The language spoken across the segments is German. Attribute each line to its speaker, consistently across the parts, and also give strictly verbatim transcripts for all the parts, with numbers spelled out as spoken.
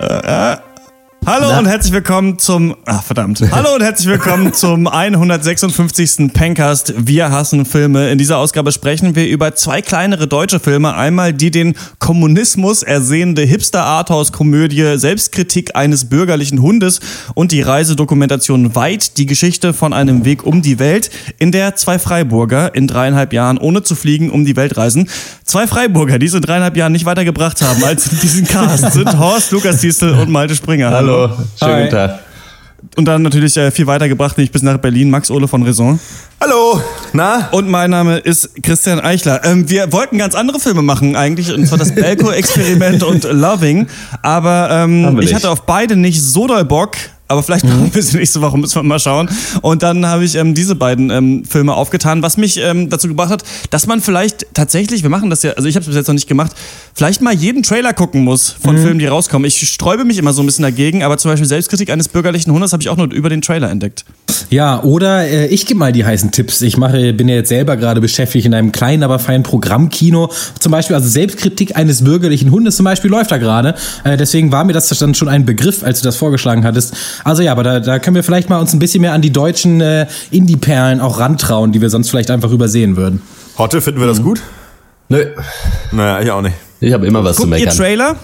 Speaker 1: Äh, äh. Hallo Na? und herzlich willkommen zum, ach verdammt, hallo und herzlich willkommen zum hundertsechsundfünfzigsten Pencast. Wir hassen Filme. In dieser Ausgabe sprechen wir über zwei kleinere deutsche Filme. Einmal die den Kommunismus ersehende Hipster-Arthouse-Komödie Selbstkritik eines bürgerlichen Hundes und die Reisedokumentation Weit, die Geschichte von einem Weg um die Welt, in der zwei Freiburger in dreieinhalb Jahren ohne zu fliegen um die Welt reisen. Zwei Freiburger, die es in dreieinhalb Jahren nicht weitergebracht haben als in diesen Cast, sind Horst, Lukas Diesel und Malte Springer.
Speaker 2: Hallo. Hallo, schönen guten Tag.
Speaker 1: Und dann natürlich äh, viel weitergebracht, nämlich bis nach Berlin, Max Ole von Raison.
Speaker 3: Hallo, na?
Speaker 1: Und mein Name ist Christian Eichler. Ähm, wir wollten ganz andere Filme machen eigentlich, und zwar das Belko-Experiment und Loving. Aber ähm, ich hatte auf beide nicht so doll Bock. Aber vielleicht machen wir es nächste Woche, müssen wir mal schauen. Und dann habe ich ähm, diese beiden ähm, Filme aufgetan, was mich ähm, dazu gebracht hat, dass man vielleicht tatsächlich, wir machen das ja, also ich habe es bis jetzt noch nicht gemacht, vielleicht mal jeden Trailer gucken muss von mhm. Filmen, die rauskommen. Ich sträube mich immer so ein bisschen dagegen, aber zum Beispiel Selbstkritik eines bürgerlichen Hundes habe ich auch nur über den Trailer entdeckt.
Speaker 4: Ja, oder äh, ich gebe mal die heißen Tipps. Ich mache, bin ja jetzt selber gerade beschäftigt in einem kleinen, aber feinen Programmkino. Zum Beispiel, also Selbstkritik eines bürgerlichen Hundes zum Beispiel läuft da gerade. Äh, deswegen war mir das dann schon ein Begriff, als du das vorgeschlagen hattest. Also ja, aber da, da können wir vielleicht mal uns ein bisschen mehr an die deutschen äh, Indie-Perlen auch rantrauen, die wir sonst vielleicht einfach übersehen würden.
Speaker 3: Hotte, finden wir das gut?
Speaker 2: Nö.
Speaker 3: Naja, ich auch nicht.
Speaker 2: Ich habe immer was
Speaker 1: Guckt
Speaker 2: zu meckern.
Speaker 1: Ihr Trailer?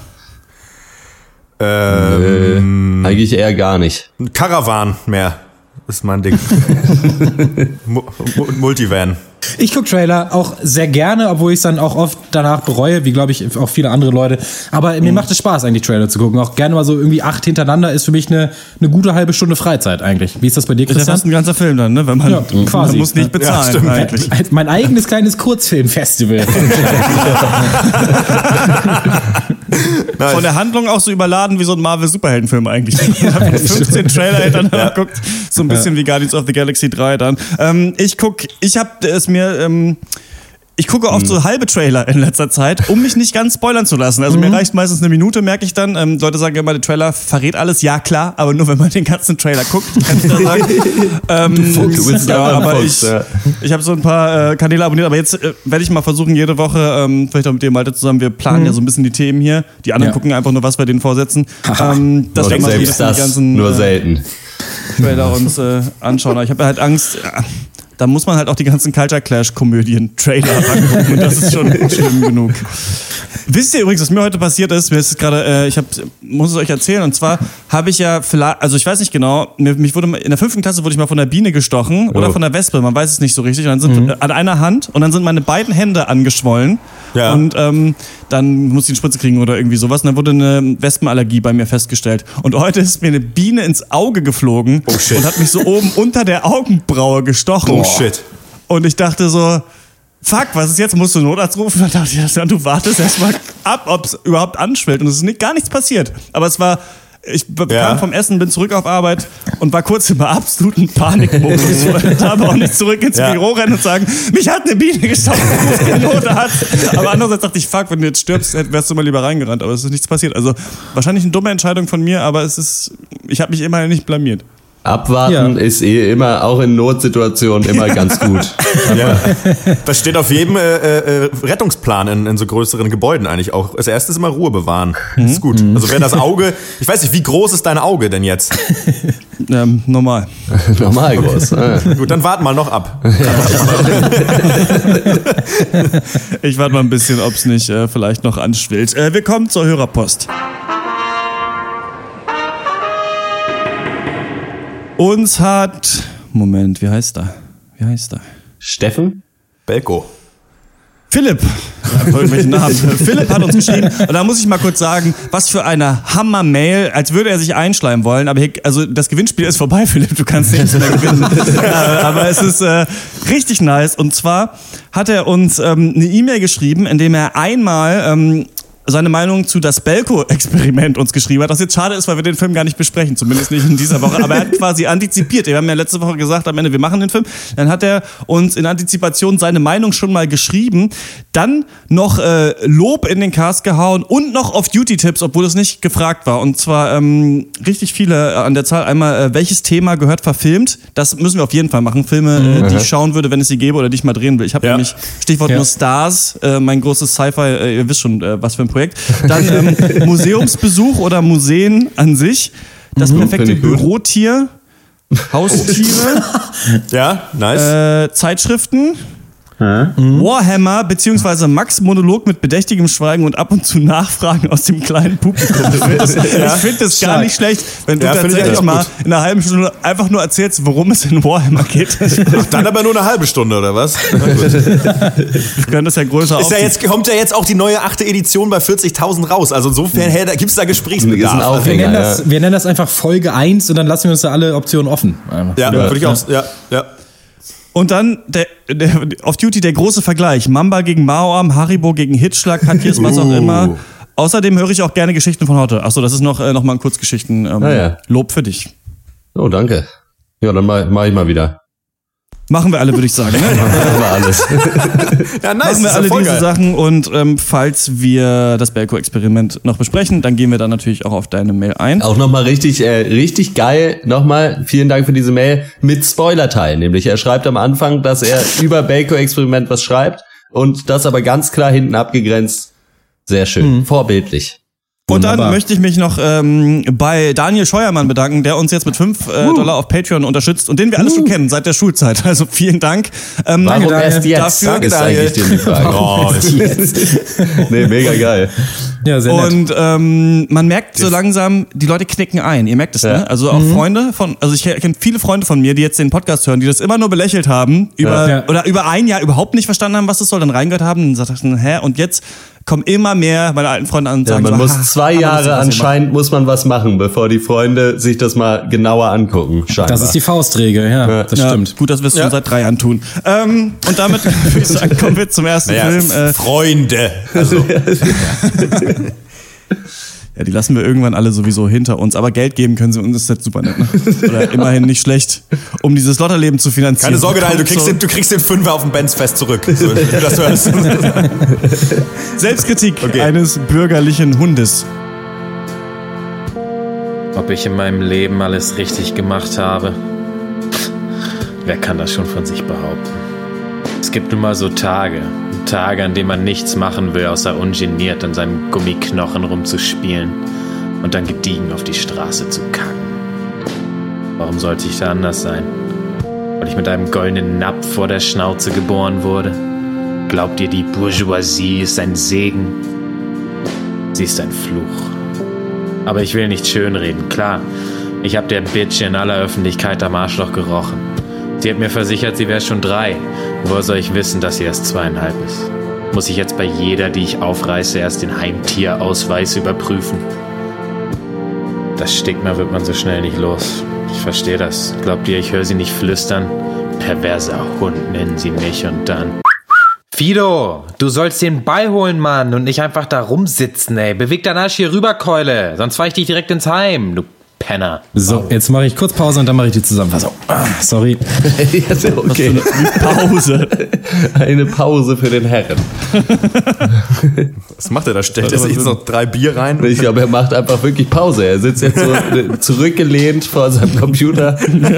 Speaker 2: Ähm, Nö, eigentlich eher gar nicht.
Speaker 3: Caravan mehr ist mein Ding. M- Multivan.
Speaker 4: Ich gucke Trailer auch sehr gerne, obwohl ich es dann auch oft danach bereue, wie glaube ich auch viele andere Leute. Aber mir mhm. macht es Spaß eigentlich, Trailer zu gucken. Auch gerne mal so irgendwie acht hintereinander ist für mich eine, eine gute halbe Stunde Freizeit eigentlich. Wie ist das bei dir, Christian?
Speaker 1: Das ist ja fast ein ganzer Film dann, ne? Wenn man,
Speaker 4: ja, quasi.
Speaker 1: Man muss nicht bezahlen ja, eigentlich.
Speaker 4: Mein, mein eigenes kleines Kurzfilmfestival.
Speaker 1: Nice. Von der Handlung auch so überladen wie so ein Marvel-Superheldenfilm eigentlich. fünfzehn Trailer hintereinander ja. guckt, so ein bisschen ja. wie Guardians of the Galaxy drei dann. Ähm, ich guck, ich hab es mir, ähm, ich gucke oft mhm. so halbe Trailer in letzter Zeit, um mich nicht ganz spoilern zu lassen. Also mhm. mir reicht meistens eine Minute, merke ich dann. Ähm, Leute sagen immer, der Trailer verrät alles. Ja, klar, aber nur wenn man den ganzen Trailer guckt, kann ich das sagen. ähm,
Speaker 2: du Fuchs, du willst
Speaker 1: ja, aber
Speaker 2: Fuchs,
Speaker 1: ich,
Speaker 2: ja.
Speaker 1: ich habe so ein paar äh, Kanäle abonniert, aber jetzt äh, werde ich mal versuchen, jede Woche, ähm, vielleicht auch mit dir, Malte, zusammen, wir planen mhm. ja so ein bisschen die Themen hier. Die anderen ja. gucken einfach nur, was wir denen vorsetzen. ähm, das
Speaker 2: selbst
Speaker 1: wir
Speaker 2: das,
Speaker 1: die ganzen,
Speaker 2: nur
Speaker 1: äh,
Speaker 2: selten.
Speaker 1: Trailer uns äh, anschauen. Aber ich habe halt Angst... Ja, da muss man halt auch die ganzen Culture Clash-Komödien, Trailer angucken und das ist schon schlimm genug. Wisst ihr übrigens, was mir heute passiert ist? Mir ist gerade, äh, ich hab, muss es euch erzählen. Und zwar habe ich ja vielleicht, also ich weiß nicht genau, mir, mich wurde in der fünften Klasse wurde ich mal von der Biene gestochen oder oh. von der Wespe, man weiß es nicht so richtig. Und dann sind mhm. an einer Hand und dann sind meine beiden Hände angeschwollen. Ja. Und ähm, dann musste ich eine Spritze kriegen oder irgendwie sowas. Und dann wurde eine Wespenallergie bei mir festgestellt. Und heute ist mir eine Biene ins Auge geflogen oh, shit. und hat mich so oben unter der Augenbraue gestochen.
Speaker 3: Oh shit.
Speaker 1: Und ich dachte so, fuck, was ist jetzt? Musst du Notarzt rufen? Dann dachte ich, ja, du wartest erstmal ab, ob es überhaupt anschwillt. Und es ist nicht, gar nichts passiert. Aber es war, ich kam ja. vom Essen, bin zurück auf Arbeit und war kurz im absoluten Panikmodus. Ich wollte aber auch nicht zurück ins ja. Büro rennen und sagen, mich hat eine Biene gestochen, ruf den Notarzt. Aber andererseits dachte ich, fuck, wenn du jetzt stirbst, wärst du mal lieber reingerannt. Aber es ist nichts passiert. Also wahrscheinlich eine dumme Entscheidung von mir, aber es ist, ich habe mich immerhin nicht blamiert.
Speaker 2: Abwarten ja. ist eh immer, auch in Notsituationen, immer ganz gut.
Speaker 3: Ja. Das steht auf jedem äh, äh, Rettungsplan in, in so größeren Gebäuden eigentlich auch. Als erstes immer Ruhe bewahren. Mhm. Das ist gut. Also wer das Auge, ich weiß nicht, wie groß ist dein Auge denn jetzt?
Speaker 1: Ähm, normal.
Speaker 2: Normal groß. Ah.
Speaker 3: Gut, dann warten mal noch ab.
Speaker 1: Ich warte mal ein bisschen, ob es nicht äh, vielleicht noch anschwillt. Äh, wir kommen zur Hörerpost. Uns hat... Moment, wie heißt er? Wie heißt er?
Speaker 2: Steffen?
Speaker 3: Belko.
Speaker 1: Philipp. Ja, irgendwelche Namen. Philipp hat uns geschrieben. Und da muss ich mal kurz sagen, was für eine Hammer-Mail, als würde er sich einschleimen wollen. Aber hier, also das Gewinnspiel ist vorbei, Philipp. Du kannst nichts mehr gewinnen. Aber es ist äh, richtig nice. Und zwar hat er uns ähm, eine E-Mail geschrieben, in dem er einmal... Ähm, seine Meinung zu das Belko-Experiment uns geschrieben hat, das jetzt schade ist, weil wir den Film gar nicht besprechen, zumindest nicht in dieser Woche, aber er hat quasi antizipiert. Wir haben ja letzte Woche gesagt, am Ende, wir machen den Film. Dann hat er uns in Antizipation seine Meinung schon mal geschrieben, dann noch äh, Lob in den Cast gehauen und noch Off-Duty-Tipps, obwohl es nicht gefragt war. Und zwar ähm, richtig viele an der Zahl. Einmal, äh, welches Thema gehört verfilmt? Das müssen wir auf jeden Fall machen. Filme, mhm. äh, die ich schauen würde, wenn es sie gäbe oder die ich mal drehen will. Ich habe ja. nämlich, Stichwort ja. nur Stars, äh, mein großes Sci-Fi, äh, ihr wisst schon, äh, was für ein Projekt Projekt. Dann ähm, Museumsbesuch oder Museen an sich. Das
Speaker 2: Mhm,
Speaker 1: perfekte
Speaker 2: find ich gut.
Speaker 1: Bürotier. Haustiere.
Speaker 3: Ja, nice.
Speaker 1: äh, Zeitschriften. Warhammer beziehungsweise Max Monolog mit bedächtigem Schweigen und ab und zu Nachfragen aus dem kleinen Publikum. Ich finde das, ich find das gar nicht schlecht, wenn du
Speaker 3: Ja, find ich
Speaker 1: tatsächlich
Speaker 3: eigentlich auch
Speaker 1: mal
Speaker 3: gut.
Speaker 1: in einer halben Stunde einfach nur erzählst, worum es in Warhammer geht.
Speaker 3: Ach, dann aber nur eine halbe Stunde, oder was?
Speaker 1: Wir können das ja größer
Speaker 3: Ist ja
Speaker 1: aufziehen.
Speaker 3: jetzt, kommt ja jetzt auch die neue achte Edition bei vierzigtausend raus. Also insofern hey, da gibt es da
Speaker 2: Ist ein
Speaker 3: Gesprächsbedarf.
Speaker 4: Wir
Speaker 2: Aufhänger,
Speaker 4: nennen,
Speaker 2: ja.
Speaker 4: das, wir nennen das einfach Folge eins und dann lassen wir uns da alle Optionen offen. Einfach.
Speaker 3: Ja, würde ich auch. Ja, ja.
Speaker 1: Und dann der, der, auf Duty der große Vergleich. Mamba gegen Maoam, Haribo gegen Hitschlag, Katjes, was auch
Speaker 3: Uh.
Speaker 1: immer. Außerdem höre ich auch gerne Geschichten von heute. Achso, das ist noch, äh, noch mal ein Kurzgeschichten. Ähm,
Speaker 2: Ah, ja.
Speaker 1: Lob für dich.
Speaker 2: Oh, danke. Ja, dann mach, mach ich mal wieder.
Speaker 1: Machen wir alle, würde ich sagen. Ne?
Speaker 2: Das war alles.
Speaker 3: Ja, nice.
Speaker 1: Machen wir
Speaker 3: ist ja
Speaker 1: alle
Speaker 3: voll
Speaker 1: diese
Speaker 3: geil.
Speaker 1: Sachen und ähm, falls wir das Belko-Experiment noch besprechen, dann gehen wir dann natürlich auch auf deine Mail ein.
Speaker 2: Auch nochmal richtig, äh, richtig geil. Nochmal, vielen Dank für diese Mail mit Spoilerteil. Nämlich, er schreibt am Anfang, dass er über Belko-Experiment was schreibt und das aber ganz klar hinten abgegrenzt. Sehr schön. Vorbildlich.
Speaker 1: Und dann
Speaker 4: Wunderbar.
Speaker 1: möchte ich mich noch ähm, bei Daniel Scheuermann bedanken, der uns jetzt mit fünf äh, Dollar auf Patreon unterstützt und den wir alle schon kennen seit der Schulzeit. Also vielen Dank. Ähm,
Speaker 2: Warum
Speaker 4: Daniel.
Speaker 2: erst jetzt?
Speaker 1: Dafür-
Speaker 3: Danke,
Speaker 2: ist
Speaker 3: Daniel.
Speaker 2: eigentlich die Frage.
Speaker 3: Oh,
Speaker 2: Nee, mega geil.
Speaker 4: Ja, sehr nett.
Speaker 1: Und ähm, man merkt so langsam, die Leute knicken ein. Ihr merkt es,
Speaker 2: Ja.
Speaker 1: ne? Also auch Freunde von, also ich kenne viele Freunde von mir, die jetzt den Podcast hören, die das immer nur belächelt haben, über
Speaker 4: Ja.
Speaker 1: oder über ein Jahr überhaupt nicht verstanden haben, was das soll, dann reingehört haben und sagten, hä? Und jetzt kommen immer mehr meine alten Freunde an und
Speaker 2: Ja,
Speaker 1: sagen
Speaker 2: man
Speaker 1: so,
Speaker 2: muss
Speaker 1: ha,
Speaker 2: zwei
Speaker 1: aber
Speaker 2: Jahre
Speaker 1: lustig, was ihr macht.
Speaker 2: anscheinend muss man was machen, bevor die Freunde sich das mal genauer angucken. Scheinbar.
Speaker 4: Das ist die Faustregel, ja, das
Speaker 1: Ja,
Speaker 4: stimmt.
Speaker 1: gut, dass wir es
Speaker 3: Ja.
Speaker 1: schon seit drei Jahren tun. Ähm, und damit würde ich sagen, kommen wir zum ersten
Speaker 3: naja,
Speaker 1: Film. Äh,
Speaker 3: Freunde. Also,
Speaker 1: ja, die lassen wir irgendwann alle sowieso hinter uns. Aber Geld geben können sie uns, ist jetzt super nett. Ne? Oder immerhin nicht schlecht, um dieses Lotterleben zu finanzieren.
Speaker 3: keine Sorge, Daniel, du kriegst,
Speaker 1: So-
Speaker 3: den, du kriegst den Fünfer auf dem Benzfest zurück. So, wenn du das hörst.
Speaker 1: Selbstkritik
Speaker 3: Okay.
Speaker 1: eines bürgerlichen Hundes.
Speaker 5: Ob ich in meinem Leben alles richtig gemacht habe? Pff, wer kann das schon von sich behaupten? Es gibt nun mal so Tage. Tage, an denen man nichts machen will, außer ungeniert an seinem Gummiknochen rumzuspielen und dann gediegen auf die Straße zu kacken. Warum sollte ich da anders sein? Weil ich mit einem goldenen Napf vor der Schnauze geboren wurde? Glaubt ihr, die Bourgeoisie ist ein Segen? Sie ist ein Fluch. Aber ich will nicht schönreden, klar. Ich hab der Bitch in aller Öffentlichkeit am Arschloch gerochen. Sie hat mir versichert, sie wäre schon drei. Woher soll ich wissen, dass sie erst zweieinhalb ist? Muss ich jetzt bei jeder, die ich aufreiße, erst den Heimtierausweis überprüfen? Das Stigma wird man so schnell nicht los. Ich verstehe das. Glaubt ihr, ich höre sie nicht flüstern? Perverser Hund nennen sie mich und dann... Fido, du sollst den Ball holen, Mann, und nicht einfach da rumsitzen, ey. Beweg deinen Arsch hier rüber, Keule. Sonst fahr ich dich direkt ins Heim, du Penner.
Speaker 4: So, jetzt mache ich kurz Pause und dann mache ich die Zusammenfassung. Ah, sorry.
Speaker 2: Ja, sehr okay.
Speaker 1: Pause.
Speaker 2: Eine Pause für den Herren.
Speaker 3: Was macht er da? Stellt er sich jetzt noch drei Bier rein?
Speaker 2: Ich glaube, er macht einfach wirklich Pause. Er sitzt jetzt so zurückgelehnt vor seinem Computer,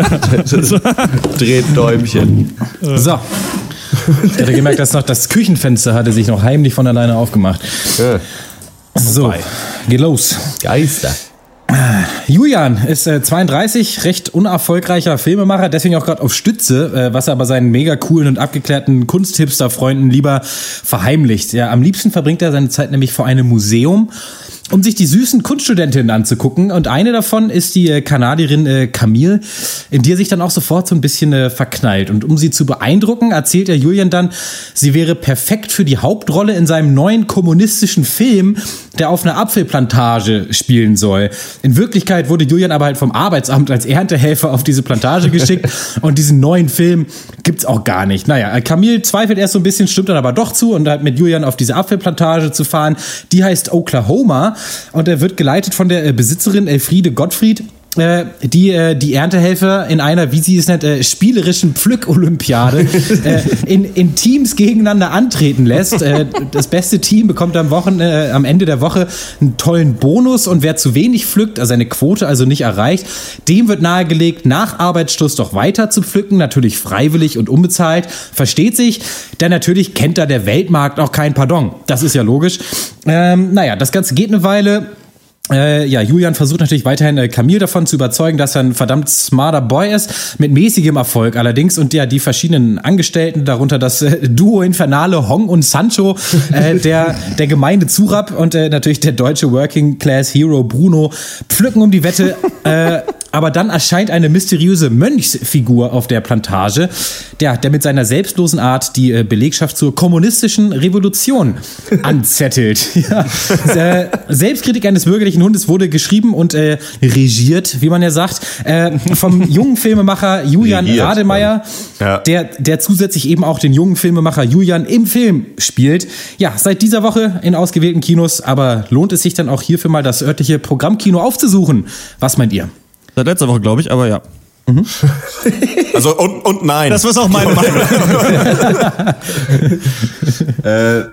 Speaker 2: dreht Däumchen.
Speaker 4: So. Ich hatte gemerkt, dass noch das Küchenfenster hatte sich noch heimlich von alleine aufgemacht.
Speaker 2: Ja.
Speaker 4: So, geht los.
Speaker 2: Geister.
Speaker 4: Julian ist äh, zweiunddreißig, recht unerfolgreicher Filmemacher, deswegen auch gerade auf Stütze, äh, was er aber seinen mega coolen und abgeklärten Kunsthipster-Freunden lieber verheimlicht. Ja, am liebsten verbringt er seine Zeit nämlich vor einem Museum, um sich die süßen Kunststudentinnen anzugucken. Und eine davon ist die äh, Kanadierin äh, Camille, in die er sich dann auch sofort so ein bisschen äh, verknallt. Und um sie zu beeindrucken, erzählt er Julian dann, sie wäre perfekt für die Hauptrolle in seinem neuen kommunistischen Film, der auf einer Apfelplantage spielen soll. In Wirklichkeit wurde Julian aber halt vom Arbeitsamt als Erntehelfer auf diese Plantage geschickt und diesen neuen Film gibt's auch gar nicht. Naja, Camille zweifelt erst so ein bisschen, stimmt dann aber doch zu und halt mit Julian auf diese Apfelplantage zu fahren. Die heißt Oklahoma und er wird geleitet von der Besitzerin Elfriede Gottfried. äh, die äh, die Erntehelfer in einer, wie sie es nennt, äh, spielerischen Pflück-Olympiade äh, in, in Teams gegeneinander antreten lässt. Äh, das beste Team bekommt am Wochen, äh, am Ende der Woche einen tollen Bonus und wer zu wenig pflückt, also seine Quote also nicht erreicht, dem wird nahegelegt, nach Arbeitsschluss doch weiter zu pflücken, natürlich freiwillig und unbezahlt, versteht sich, denn natürlich kennt da der Weltmarkt auch kein Pardon. Das ist ja logisch. Ähm, naja, das Ganze geht eine Weile. Äh, ja, Julian versucht natürlich weiterhin äh, Camille davon zu überzeugen, dass er ein verdammt smarter Boy ist, mit mäßigem Erfolg allerdings. Und ja, die verschiedenen Angestellten, darunter das äh, Duo Infernale Hong und Sancho, äh, der, der gemeine Zurab und äh, natürlich der deutsche Working Class Hero Bruno pflücken um die Wette. äh, aber dann erscheint eine mysteriöse Mönchsfigur auf der Plantage, der, der mit seiner selbstlosen Art die äh, Belegschaft zur kommunistischen Revolution anzettelt. Ja. äh, Selbstkritik eines bürgerlichen Hundes wurde geschrieben und äh, regiert, wie man ja sagt, äh, vom jungen Filmemacher Julian Regiert, Rademeyer, ja. der, der zusätzlich eben auch den jungen Filmemacher Julian im Film spielt. Ja, seit dieser Woche in ausgewählten Kinos, aber lohnt es sich dann auch hierfür mal das örtliche Programmkino aufzusuchen? Was meint ihr?
Speaker 1: Seit letzter Woche, glaube ich, aber ja. Mhm.
Speaker 3: Also und, und nein.
Speaker 1: Das war auch meine Meinung.
Speaker 2: äh,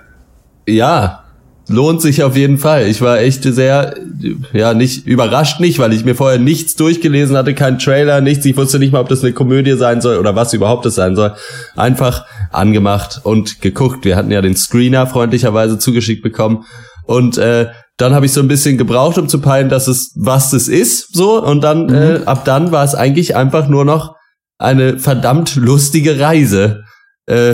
Speaker 2: ja, lohnt sich auf jeden Fall. Ich war echt sehr, ja, nicht überrascht nicht, weil ich mir vorher nichts durchgelesen hatte, kein Trailer, nichts. Ich wusste nicht mal, ob das eine Komödie sein soll oder was überhaupt das sein soll. Einfach angemacht und geguckt. Wir hatten ja den Screener freundlicherweise zugeschickt bekommen und äh, dann habe ich so ein bisschen gebraucht, um zu peilen, dass es was das ist, so. Und dann, mhm. äh, ab dann war es eigentlich einfach nur noch eine verdammt lustige Reise äh,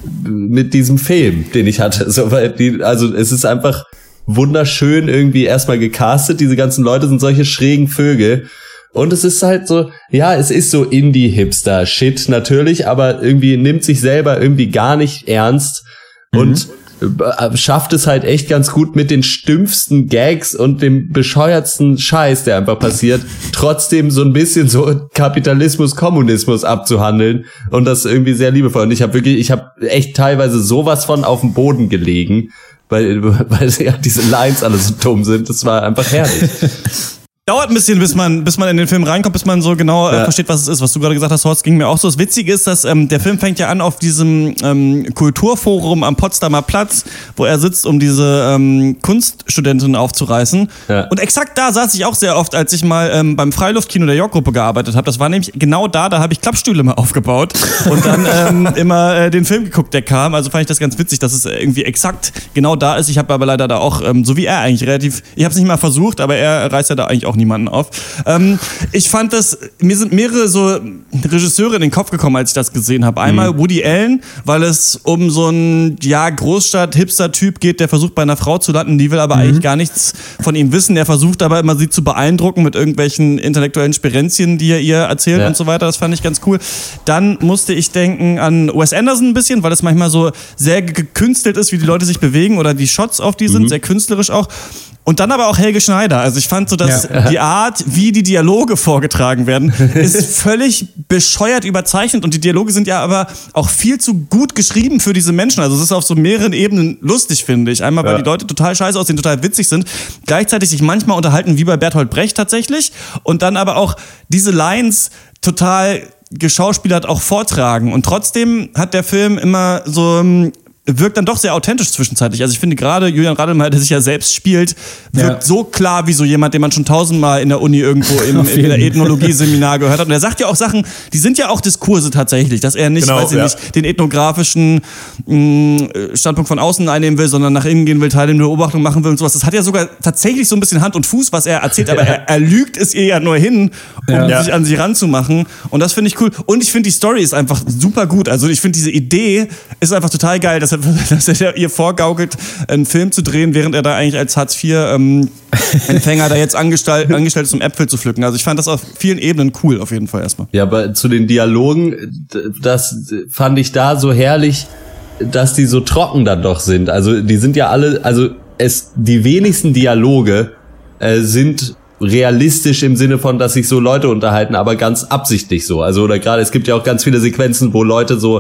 Speaker 2: mit diesem Film, den ich hatte. So, weil die, also es ist einfach wunderschön irgendwie erstmal gecastet. Diese ganzen Leute sind solche schrägen Vögel. Und es ist halt so, ja, es ist so Indie-Hipster-Shit natürlich, aber irgendwie nimmt sich selber irgendwie gar nicht ernst. Mhm. Und schafft es halt echt ganz gut mit den stümpfsten Gags und dem bescheuertsten Scheiß, der einfach passiert, trotzdem so ein bisschen so Kapitalismus, Kommunismus abzuhandeln und das irgendwie sehr liebevoll. Und ich habe wirklich, ich habe echt teilweise sowas von auf dem Boden gelegen, weil, weil ja diese Lines alle so dumm sind. Das war einfach herrlich.
Speaker 1: Dauert ein bisschen, bis man, bis man in den Film reinkommt, bis man so genau äh, ja. versteht, was es ist. Was du gerade gesagt hast, Horst, ging mir auch so. Das Witzige ist, dass ähm, der Film fängt ja an auf diesem ähm, Kulturforum am Potsdamer Platz, wo er sitzt, um diese ähm, Kunststudentin aufzureißen. Ja. Und exakt da saß ich auch sehr oft, als ich mal ähm, beim Freiluftkino der York-Gruppe gearbeitet habe. Das war nämlich genau da, da habe ich Klappstühle mal aufgebaut und dann ähm, immer äh, den Film geguckt, der kam. Also fand ich das ganz witzig, dass es irgendwie exakt genau da ist. Ich habe aber leider da auch, ähm, so wie er eigentlich, relativ, ich habe es nicht mal versucht, aber er reißt ja da eigentlich auch niemanden auf. Ähm, ich fand das, mir sind mehrere so Regisseure in den Kopf gekommen, als ich das gesehen habe. Einmal mhm. Woody Allen, weil es um so einen, ja, Großstadt-Hipster-Typ geht, der versucht bei einer Frau zu landen, die will aber mhm. eigentlich gar nichts von ihm wissen. Der versucht aber immer, sie zu beeindrucken mit irgendwelchen intellektuellen Sperenzien, die er ihr erzählt ja. und so weiter. Das fand ich ganz cool. Dann musste ich denken an Wes Anderson ein bisschen, weil es manchmal so sehr gekünstelt ist, wie die Leute sich bewegen oder die Shots auf die sind, mhm. sehr künstlerisch auch. Und dann aber auch Helge Schneider. Also ich fand so, dass ja. die Art, wie die Dialoge vorgetragen werden, ist völlig bescheuert überzeichnet. Und die Dialoge sind ja aber auch viel zu gut geschrieben für diese Menschen. Also es ist auf so mehreren Ebenen lustig, finde ich. Einmal, weil ja. die Leute total scheiße aussehen, total witzig sind. Gleichzeitig sich manchmal unterhalten, wie bei Bertolt Brecht tatsächlich. Und dann aber auch diese Lines total geschauspielert auch vortragen. Und trotzdem hat der Film immer so... wirkt dann doch sehr authentisch zwischenzeitlich. Also ich finde gerade Julian Rademeyer, der sich ja selbst spielt, wirkt ja. so klar wie so jemand, den man schon tausendmal in der Uni irgendwo im, in der Ethnologie-Seminar gehört hat. Und er sagt ja auch Sachen, die sind ja auch Diskurse tatsächlich, dass er nicht, genau, weiß ich ja. nicht, den ethnografischen mh, Standpunkt von außen einnehmen will, sondern nach innen gehen will, Teile der Beobachtung machen will und sowas. Das hat ja sogar tatsächlich so ein bisschen Hand und Fuß, was er erzählt, aber er, er lügt es ihr ja nur hin, um ja. sich an sie ranzumachen. Und das finde ich cool. Und ich finde, die Story ist einfach super gut. Also ich finde, diese Idee ist einfach total geil, dass er, dass er ihr vorgaukelt, einen Film zu drehen, während er da eigentlich als Hartz vier ähm, Empfänger da jetzt angestellt, angestellt ist, um Äpfel zu pflücken. Also ich fand das auf vielen Ebenen cool, auf jeden Fall erstmal.
Speaker 2: Ja, aber zu den Dialogen, das fand ich da so herrlich, dass die so trocken dann doch sind. Also die sind ja alle, also es, die wenigsten Dialoge äh, sind realistisch im Sinne von, dass sich so Leute unterhalten, aber ganz absichtlich so. Also oder gerade, es gibt ja auch ganz viele Sequenzen, wo Leute so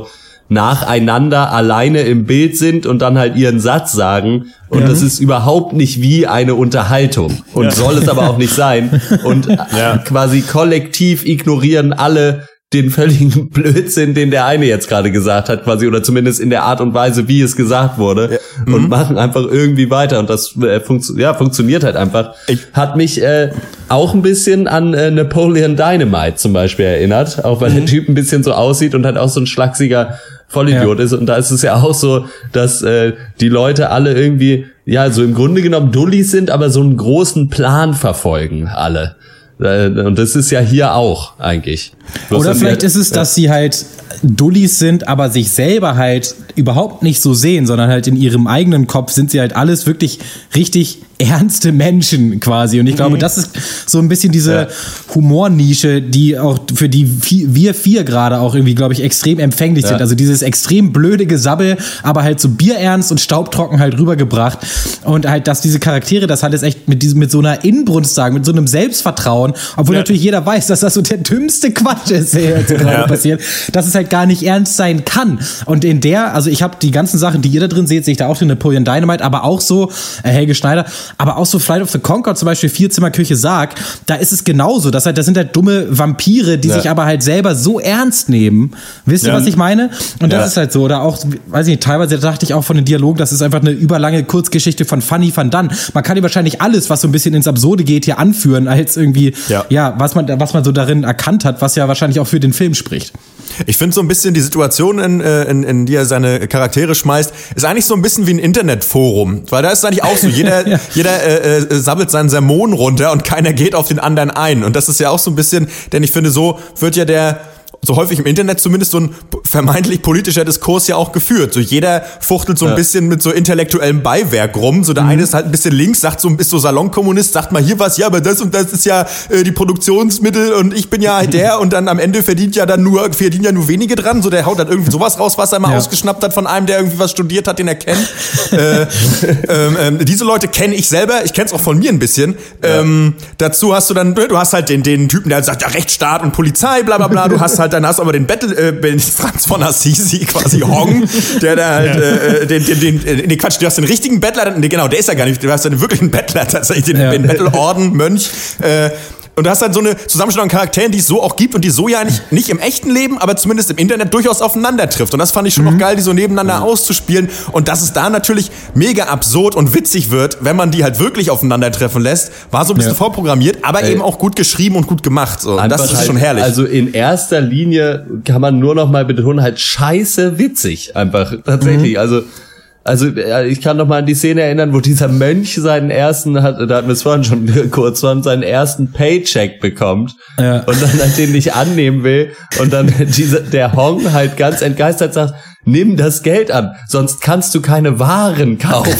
Speaker 2: nacheinander alleine im Bild sind und dann halt ihren Satz sagen. Und ja. das ist überhaupt nicht wie eine Unterhaltung. Und ja. soll es aber auch nicht sein. Und ja. quasi kollektiv ignorieren alle den völligen Blödsinn, den der eine jetzt gerade gesagt hat, quasi, oder zumindest in der Art und Weise, wie es gesagt wurde, ja. und mhm. machen einfach irgendwie weiter. Und das äh, funktio- ja, funktioniert halt einfach. Ich Hat mich äh, auch ein bisschen an äh, Napoleon Dynamite zum Beispiel erinnert, auch weil mhm. der Typ ein bisschen so aussieht und halt auch so ein schlachsiger Vollidiot ja. ist. Und da ist es ja auch so, dass äh, die Leute alle irgendwie, ja, so im Grunde genommen Dullis sind, aber so einen großen Plan verfolgen, alle. Und das ist ja hier auch eigentlich.
Speaker 4: Bloß Oder vielleicht ist es, dass sie halt Dullis sind, aber sich selber halt überhaupt nicht so sehen, sondern halt in ihrem eigenen Kopf sind sie halt alles wirklich richtig ernste Menschen quasi. Und ich glaube, das ist so ein bisschen diese ja. Humornische, die auch für die wir vier gerade auch irgendwie, glaube ich, extrem empfänglich ja. sind. Also dieses extrem blöde Gesabbel, aber halt so bierernst und staubtrocken halt rübergebracht. Und halt, dass diese Charaktere das halt jetzt echt mit diesem, mit so einer Inbrunst sagen, mit so einem Selbstvertrauen, obwohl ja. natürlich jeder weiß, dass das so der dümmste Quatsch ist, der jetzt gerade ja. passiert, dass es halt gar nicht ernst sein kann. Und in der, also ich habe die ganzen Sachen, die ihr da drin seht, sehe ich da auch drin, Napoleon Dynamite, aber auch so äh, Helge Schneider, aber auch so Flight of the Conchords, zum Beispiel Vierzimmerküche Sarg, da ist es genauso. Das, halt, das sind halt dumme Vampire, die ja. sich aber halt selber so ernst nehmen. Wisst ihr, ja. was ich meine? Und das ja. ist halt so. Oder auch, weiß ich nicht, teilweise dachte ich auch von den Dialogen, das ist einfach eine überlange Kurzgeschichte von Fanny van Dann. Man kann hier wahrscheinlich alles, was so ein bisschen ins Absurde geht, hier anführen, als irgendwie, ja, ja was man, was man so darin erkannt hat, was ja wahrscheinlich auch für den Film spricht.
Speaker 3: Ich finde so ein bisschen die Situation, in, in, in die er seine Charaktere schmeißt, ist eigentlich so ein bisschen wie ein Internetforum. Weil da ist es eigentlich auch so, jeder, ja. jeder äh, äh, sabbelt seinen Sermon runter und keiner geht auf den anderen ein. Und das ist ja auch so ein bisschen, denn ich finde, so wird ja der, so häufig im Internet zumindest, so ein vermeintlich politischer Diskurs ja auch geführt. So jeder fuchtelt so ein ja. bisschen mit so intellektuellem Beiwerk rum. So der mhm. eine ist halt ein bisschen links, sagt so, ist so Salonkommunist, sagt mal hier was, ja, aber das und das ist ja äh, die Produktionsmittel und ich bin ja halt der und dann am Ende verdient ja dann nur, verdienen ja nur wenige dran. So der haut dann irgendwie sowas raus, was er mal ja. ausgeschnappt hat von einem, der irgendwie was studiert hat, den er kennt. äh, ähm, ähm, diese Leute kenne ich selber, ich kenne es auch von mir ein bisschen. Ja. Ähm, dazu hast du dann, du hast halt den, den Typen, der sagt, ja, Rechtsstaat und Polizei, bla bla bla, du hast halt dann hast du aber den Battle, äh, Franz von Assisi, quasi Hong, der da halt, äh, den, den, den, äh, nee, Quatsch, du hast den richtigen Bettler, nee, genau, der ist ja gar nicht, du hast ja den wirklichen Bettler, tatsächlich, den, ja. den Bettelorden, Mönch, äh, und du hast dann so eine Zusammenstellung an Charakteren, die es so auch gibt und die so ja nicht, nicht im echten Leben, aber zumindest im Internet durchaus aufeinander trifft. Und das fand ich schon mhm. noch geil, die so nebeneinander mhm. auszuspielen. Und dass es da natürlich mega absurd und witzig wird, wenn man die halt wirklich aufeinandertreffen lässt, war so ein bisschen ja. vorprogrammiert, aber Ey. eben auch gut geschrieben und gut gemacht. So. Und das ist halt, schon herrlich.
Speaker 2: Also in erster Linie kann man nur noch mal betonen, halt scheiße witzig einfach, tatsächlich. Mhm. Also Also ich kann noch mal an die Szene erinnern, wo dieser Mönch seinen ersten, hat, da hatten wir es vorhin schon kurz von, seinen ersten Paycheck bekommt ja. und dann halt den nicht annehmen will und dann dieser, der Hong halt ganz entgeistert sagt, nimm das Geld an, sonst kannst du keine Waren kaufen.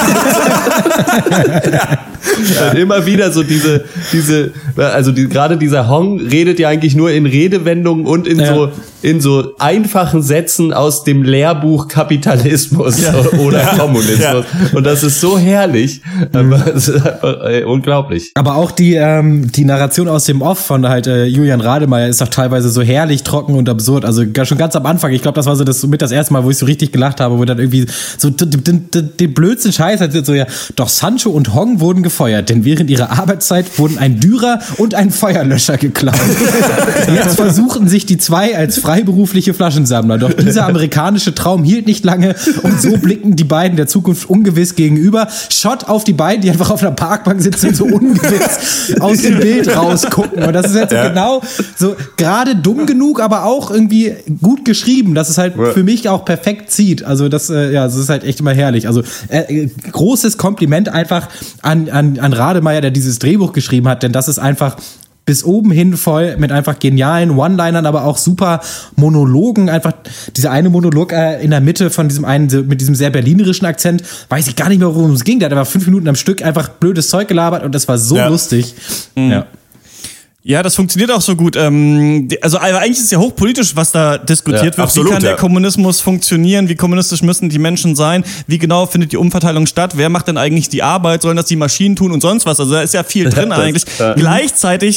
Speaker 2: ja. Und immer wieder so diese, diese, also die, gerade dieser Hong redet ja eigentlich nur in Redewendungen und in ja. so, in so einfachen Sätzen aus dem Lehrbuch Kapitalismus ja. oder ja. Kommunismus. Ja. Und das ist so herrlich. Mhm. Das ist einfach, ey, unglaublich.
Speaker 4: Aber auch die, ähm, die Narration aus dem Off von halt äh, Julian Rademeyer ist doch teilweise so herrlich, trocken und absurd. Also schon ganz am Anfang, ich glaube, das war so das mit das erste Mal, wo ich so richtig gelacht habe, wo dann irgendwie so den, den, den blödsten Scheiß halt so, ja, doch Sancho und Hong wurden gefeuert, denn während ihrer Arbeitszeit wurden ein Dürer und ein Feuerlöscher geklaut. Jetzt versuchten sich die zwei als freiberufliche Flaschensammler, doch dieser amerikanische Traum hielt nicht lange und so blicken die beiden der Zukunft ungewiss gegenüber. Shot auf die beiden, die einfach auf einer Parkbank sitzen und so ungewiss aus dem Bild rausgucken. Und das ist halt so ja. genau so gerade dumm genug, aber auch irgendwie gut geschrieben, dass es halt ja. für mich auch perfekt zieht. Also das, äh, ja, das ist halt echt immer herrlich. Also äh, großes Kompliment einfach an, an, an Rademeyer, der dieses Drehbuch geschrieben hat, denn das ist einfach bis oben hin voll mit einfach genialen One-Linern, aber auch super Monologen. Einfach dieser eine Monolog äh, in der Mitte von diesem einen, mit diesem sehr berlinerischen Akzent, weiß ich gar nicht mehr, worum es ging. Der hat aber fünf Minuten am Stück einfach blödes Zeug gelabert und das war so ja. lustig. Mhm. Ja.
Speaker 1: Ja, das funktioniert auch so gut. Ähm, also eigentlich ist es ja hochpolitisch, was da diskutiert ja, wird.
Speaker 3: Absolut,
Speaker 1: wie kann
Speaker 3: ja.
Speaker 1: der Kommunismus funktionieren? Wie kommunistisch müssen die Menschen sein? Wie genau findet die Umverteilung statt? Wer macht denn eigentlich die Arbeit? Sollen das die Maschinen tun und sonst was? Also da ist ja viel drin eigentlich. Ja. Gleichzeitig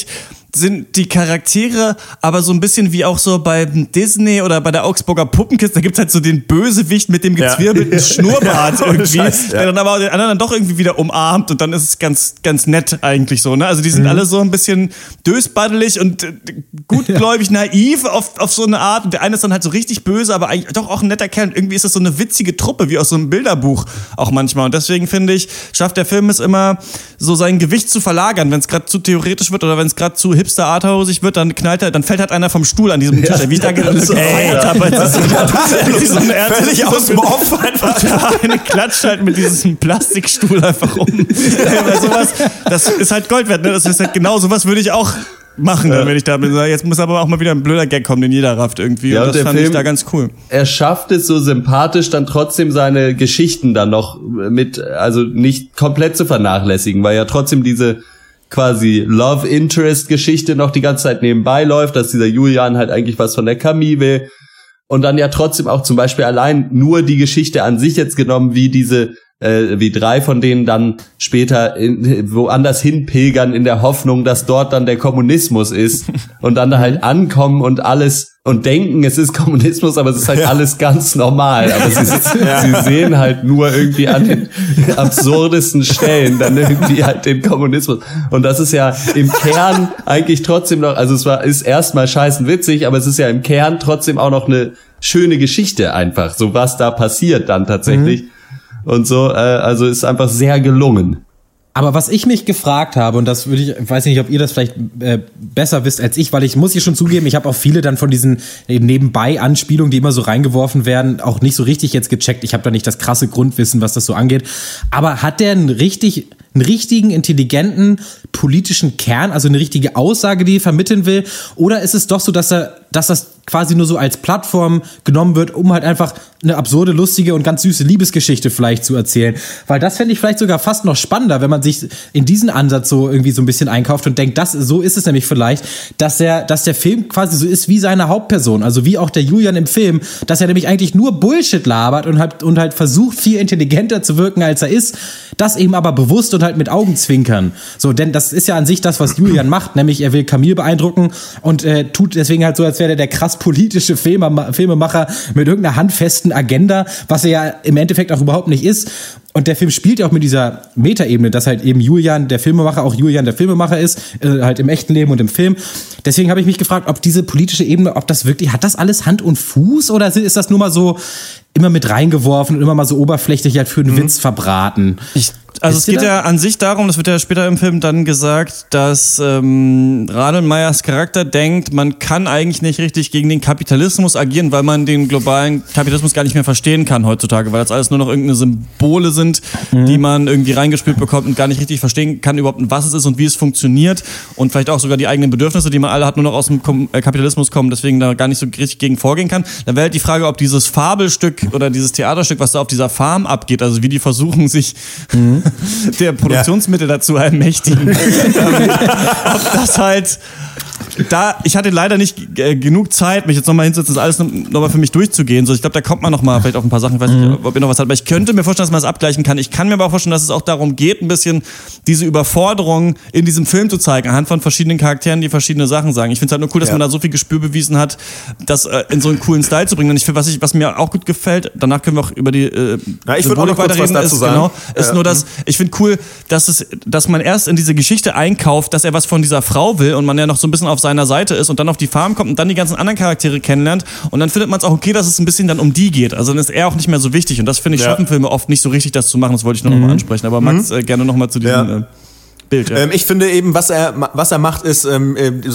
Speaker 1: sind die Charaktere aber so ein bisschen wie auch so bei Disney oder bei der Augsburger Puppenkiste. Da gibt's halt so den Bösewicht mit dem gezwirbelten ja. Schnurrbart irgendwie, Scheiß, ja. der dann aber den anderen dann doch irgendwie wieder umarmt und dann ist es ganz, ganz nett eigentlich so, ne? Also die sind mhm. alle so ein bisschen dösbaddelig und gutgläubig naiv auf, auf so eine Art. Und der eine ist dann halt so richtig böse, aber eigentlich doch auch ein netter Kerl. Und irgendwie ist das so eine witzige Truppe, wie aus so einem Bilderbuch auch manchmal. Und deswegen finde ich, schafft der Film es immer, so sein Gewicht zu verlagern. Wenn es gerade zu theoretisch wird oder wenn es gerade zu hipster arthausig wird, dann knallt er, dann fällt halt einer vom Stuhl an diesem Tisch. Ja, wie ich da gedacht habe, ey, aber das ist so ein
Speaker 3: völlig aus dem Off einfach.
Speaker 1: Ja, eine klatscht halt mit diesem Plastikstuhl einfach um. Weil sowas, das ist halt Gold wert, ne? Das ist halt genau sowas würde ich auch machen, ja. wenn ich da bin. Jetzt muss aber auch mal wieder ein blöder Gag kommen, den jeder rafft irgendwie.
Speaker 2: Ja,
Speaker 1: und
Speaker 2: und
Speaker 1: das fand
Speaker 2: Film,
Speaker 1: ich da ganz cool.
Speaker 2: Er schafft es so sympathisch, dann trotzdem seine Geschichten dann noch mit, also nicht komplett zu vernachlässigen, weil ja trotzdem diese quasi Love-Interest-Geschichte noch die ganze Zeit nebenbei läuft, dass dieser Julian halt eigentlich was von der Camille will. Und dann ja trotzdem auch zum Beispiel allein nur die Geschichte an sich jetzt genommen, wie diese, äh, wie drei von denen dann später in, woanders hinpilgern in der Hoffnung, dass dort dann der Kommunismus ist und dann da halt ankommen und alles und denken, es ist Kommunismus, aber es ist halt ja. alles ganz normal. Aber sie, ja. sie sehen halt nur irgendwie an den absurdesten Stellen dann irgendwie halt den Kommunismus. Und das ist ja im Kern eigentlich trotzdem noch, also es war, ist erstmal scheißen witzig, aber es ist ja im Kern trotzdem auch noch eine schöne Geschichte einfach, so was da passiert dann tatsächlich. Mhm. Und so, äh, also ist einfach sehr gelungen.
Speaker 4: Aber was ich mich gefragt habe, und das würde ich, weiß nicht, ob ihr das vielleicht äh, besser wisst als ich, weil ich muss hier schon zugeben, ich habe auch viele dann von diesen äh, Nebenbei-Anspielungen, die immer so reingeworfen werden, auch nicht so richtig jetzt gecheckt. Ich habe da nicht das krasse Grundwissen, was das so angeht. Aber hat der einen richtig, einen richtigen, intelligenten politischen Kern, also eine richtige Aussage, die er vermitteln will? Oder ist es doch so, dass er, dass das quasi nur so als Plattform genommen wird, um halt einfach eine absurde, lustige und ganz süße Liebesgeschichte vielleicht zu erzählen? Weil das fände ich vielleicht sogar fast noch spannender, wenn man sich in diesen Ansatz so irgendwie so ein bisschen einkauft und denkt, das, so ist es nämlich vielleicht, dass der, dass der Film quasi so ist wie seine Hauptperson, also wie auch der Julian im Film, dass er nämlich eigentlich nur Bullshit labert und halt, und halt versucht, viel intelligenter zu wirken, als er ist, das eben aber bewusst und halt mit Augenzwinkern. So, denn das ist ja an sich das, was Julian macht, nämlich er will Camille beeindrucken und äh, tut deswegen halt so, als wäre der der krass politische Filme, Filmemacher mit irgendeiner handfesten Agenda, was er ja im Endeffekt auch überhaupt nicht ist. Und der Film spielt ja auch mit dieser Metaebene, dass halt eben Julian, der Filmemacher, auch Julian, der Filmemacher ist, äh, halt im echten Leben und im Film. Deswegen habe ich mich gefragt, ob diese politische Ebene, ob das wirklich, hat das alles Hand und Fuß oder ist das nur mal so immer mit reingeworfen und immer mal so oberflächlich halt für einen mhm. Witz verbraten?
Speaker 1: Ich Also es geht ja an sich darum, das wird ja später im Film dann gesagt, dass ähm, Radlmeyers Charakter denkt, man kann eigentlich nicht richtig gegen den Kapitalismus agieren, weil man den globalen Kapitalismus gar nicht mehr verstehen kann heutzutage, weil das alles nur noch irgendeine Symbole sind, mhm. die man irgendwie reingespielt bekommt und gar nicht richtig verstehen kann überhaupt, was es ist und wie es funktioniert und vielleicht auch sogar die eigenen Bedürfnisse, die man alle hat, nur noch aus dem Kapitalismus kommen, deswegen da gar nicht so richtig gegen vorgehen kann. Dann wäre halt die Frage, ob dieses Fabelstück oder dieses Theaterstück, was da auf dieser Farm abgeht, also wie die versuchen, sich mhm. der Produktionsmittel ja. dazu ermächtigen. ähm, ob das halt da, ich hatte leider nicht äh, genug Zeit, mich jetzt nochmal hinzusetzen, das alles nochmal für mich durchzugehen. So, ich glaube, da kommt man nochmal vielleicht auf ein paar Sachen, ich weiß nicht, ob ihr noch was habt, aber ich könnte mir vorstellen, dass man das abgleichen kann. Ich kann mir aber auch vorstellen, dass es auch darum geht, ein bisschen diese Überforderung in diesem Film zu zeigen, anhand von verschiedenen Charakteren, die verschiedene Sachen sagen. Ich finde es halt nur cool, dass ja. man da so viel Gespür bewiesen hat, das äh, in so einen coolen Style zu bringen. Und ich finde, was, ich, was mir auch gut gefällt, danach können wir auch über die äh,
Speaker 3: ja, ich würde auch noch kurz was dazu
Speaker 1: ist,
Speaker 3: sagen.
Speaker 1: Genau, ist
Speaker 3: ja.
Speaker 1: nur, dass ich finde cool, dass es, dass man erst in diese Geschichte einkauft, dass er was von dieser Frau will und man ja noch so ein bisschen auf seiner Seite ist und dann auf die Farm kommt und dann die ganzen anderen Charaktere kennenlernt und dann findet man es auch okay, dass es ein bisschen dann um die geht. Also dann ist er auch nicht mehr so wichtig und das finde ich, ja. schaffen Filme oft nicht so richtig, das zu machen. Das wollte ich nur mhm. noch mal ansprechen. Aber Max, mhm. äh, gerne noch mal zu diesem ja. äh, Bild. Ja.
Speaker 3: Ähm, ich finde eben, was er was er macht, ist ähm,